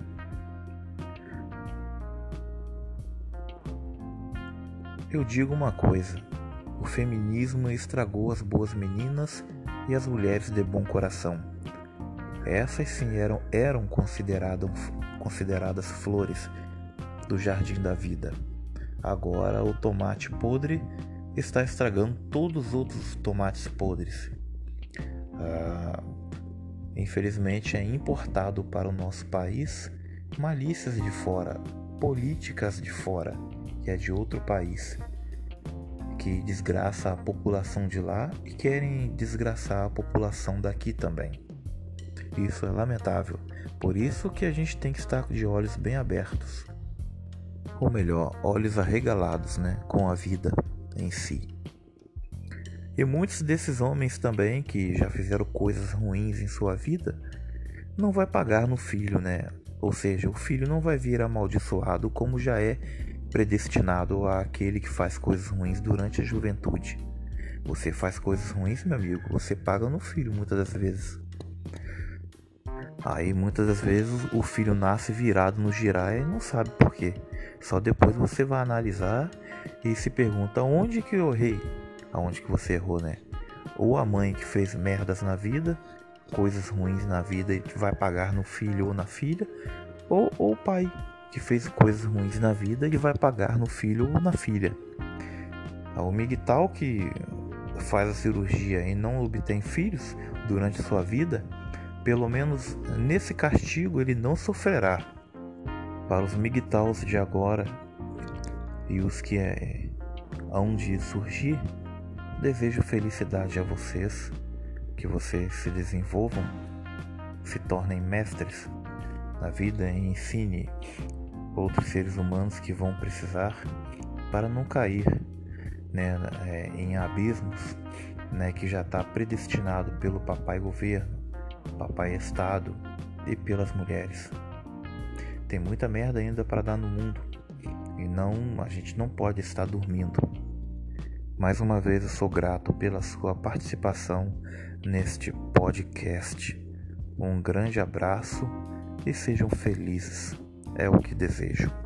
Eu digo uma coisa: o feminismo estragou as boas meninas e as mulheres de bom coração. Essas sim eram, eram consideradas, consideradas flores do jardim da vida. Agora o tomate podre está estragando todos os outros tomates podres. Ah, infelizmente é importado para o nosso país malícias de fora, políticas de fora, que é de outro país, que desgraça a população de lá e querem desgraçar a população daqui também. Isso é lamentável, por isso que a gente tem que estar de olhos bem abertos, ou melhor, olhos arregalados, né, com a vida em si. E muitos desses homens também que já fizeram coisas ruins em sua vida não vai pagar no filho, né? Ou seja, o filho não vai vir amaldiçoado como já é predestinado àquele que faz coisas ruins durante a juventude. Você faz coisas ruins, meu amigo, você paga no filho muitas das vezes. Aí muitas das vezes o filho nasce virado no girar e não sabe por quê. Só depois você vai analisar e se pergunta: onde que eu errei? Aonde que você errou, né? Ou a mãe que fez merdas na vida, coisas ruins na vida, e vai pagar no filho ou na filha, ou, ou o pai que fez coisas ruins na vida e vai pagar no filho ou na filha. O migtal que faz a cirurgia e não obtém filhos durante sua vida, pelo menos nesse castigo ele não sofrerá. Para os migtaus de agora e os que é, hão de surgir, desejo felicidade a vocês, que vocês se desenvolvam, se tornem mestres na vida e ensine outros seres humanos que vão precisar para não cair, né, em abismos né, que já está predestinado pelo papai governo, papai Estado e pelas mulheres. Tem muita merda ainda para dar no mundo e não, a gente não pode estar dormindo. Mais uma vez eu sou grato pela sua participação neste podcast. Um grande abraço e sejam felizes, é o que desejo.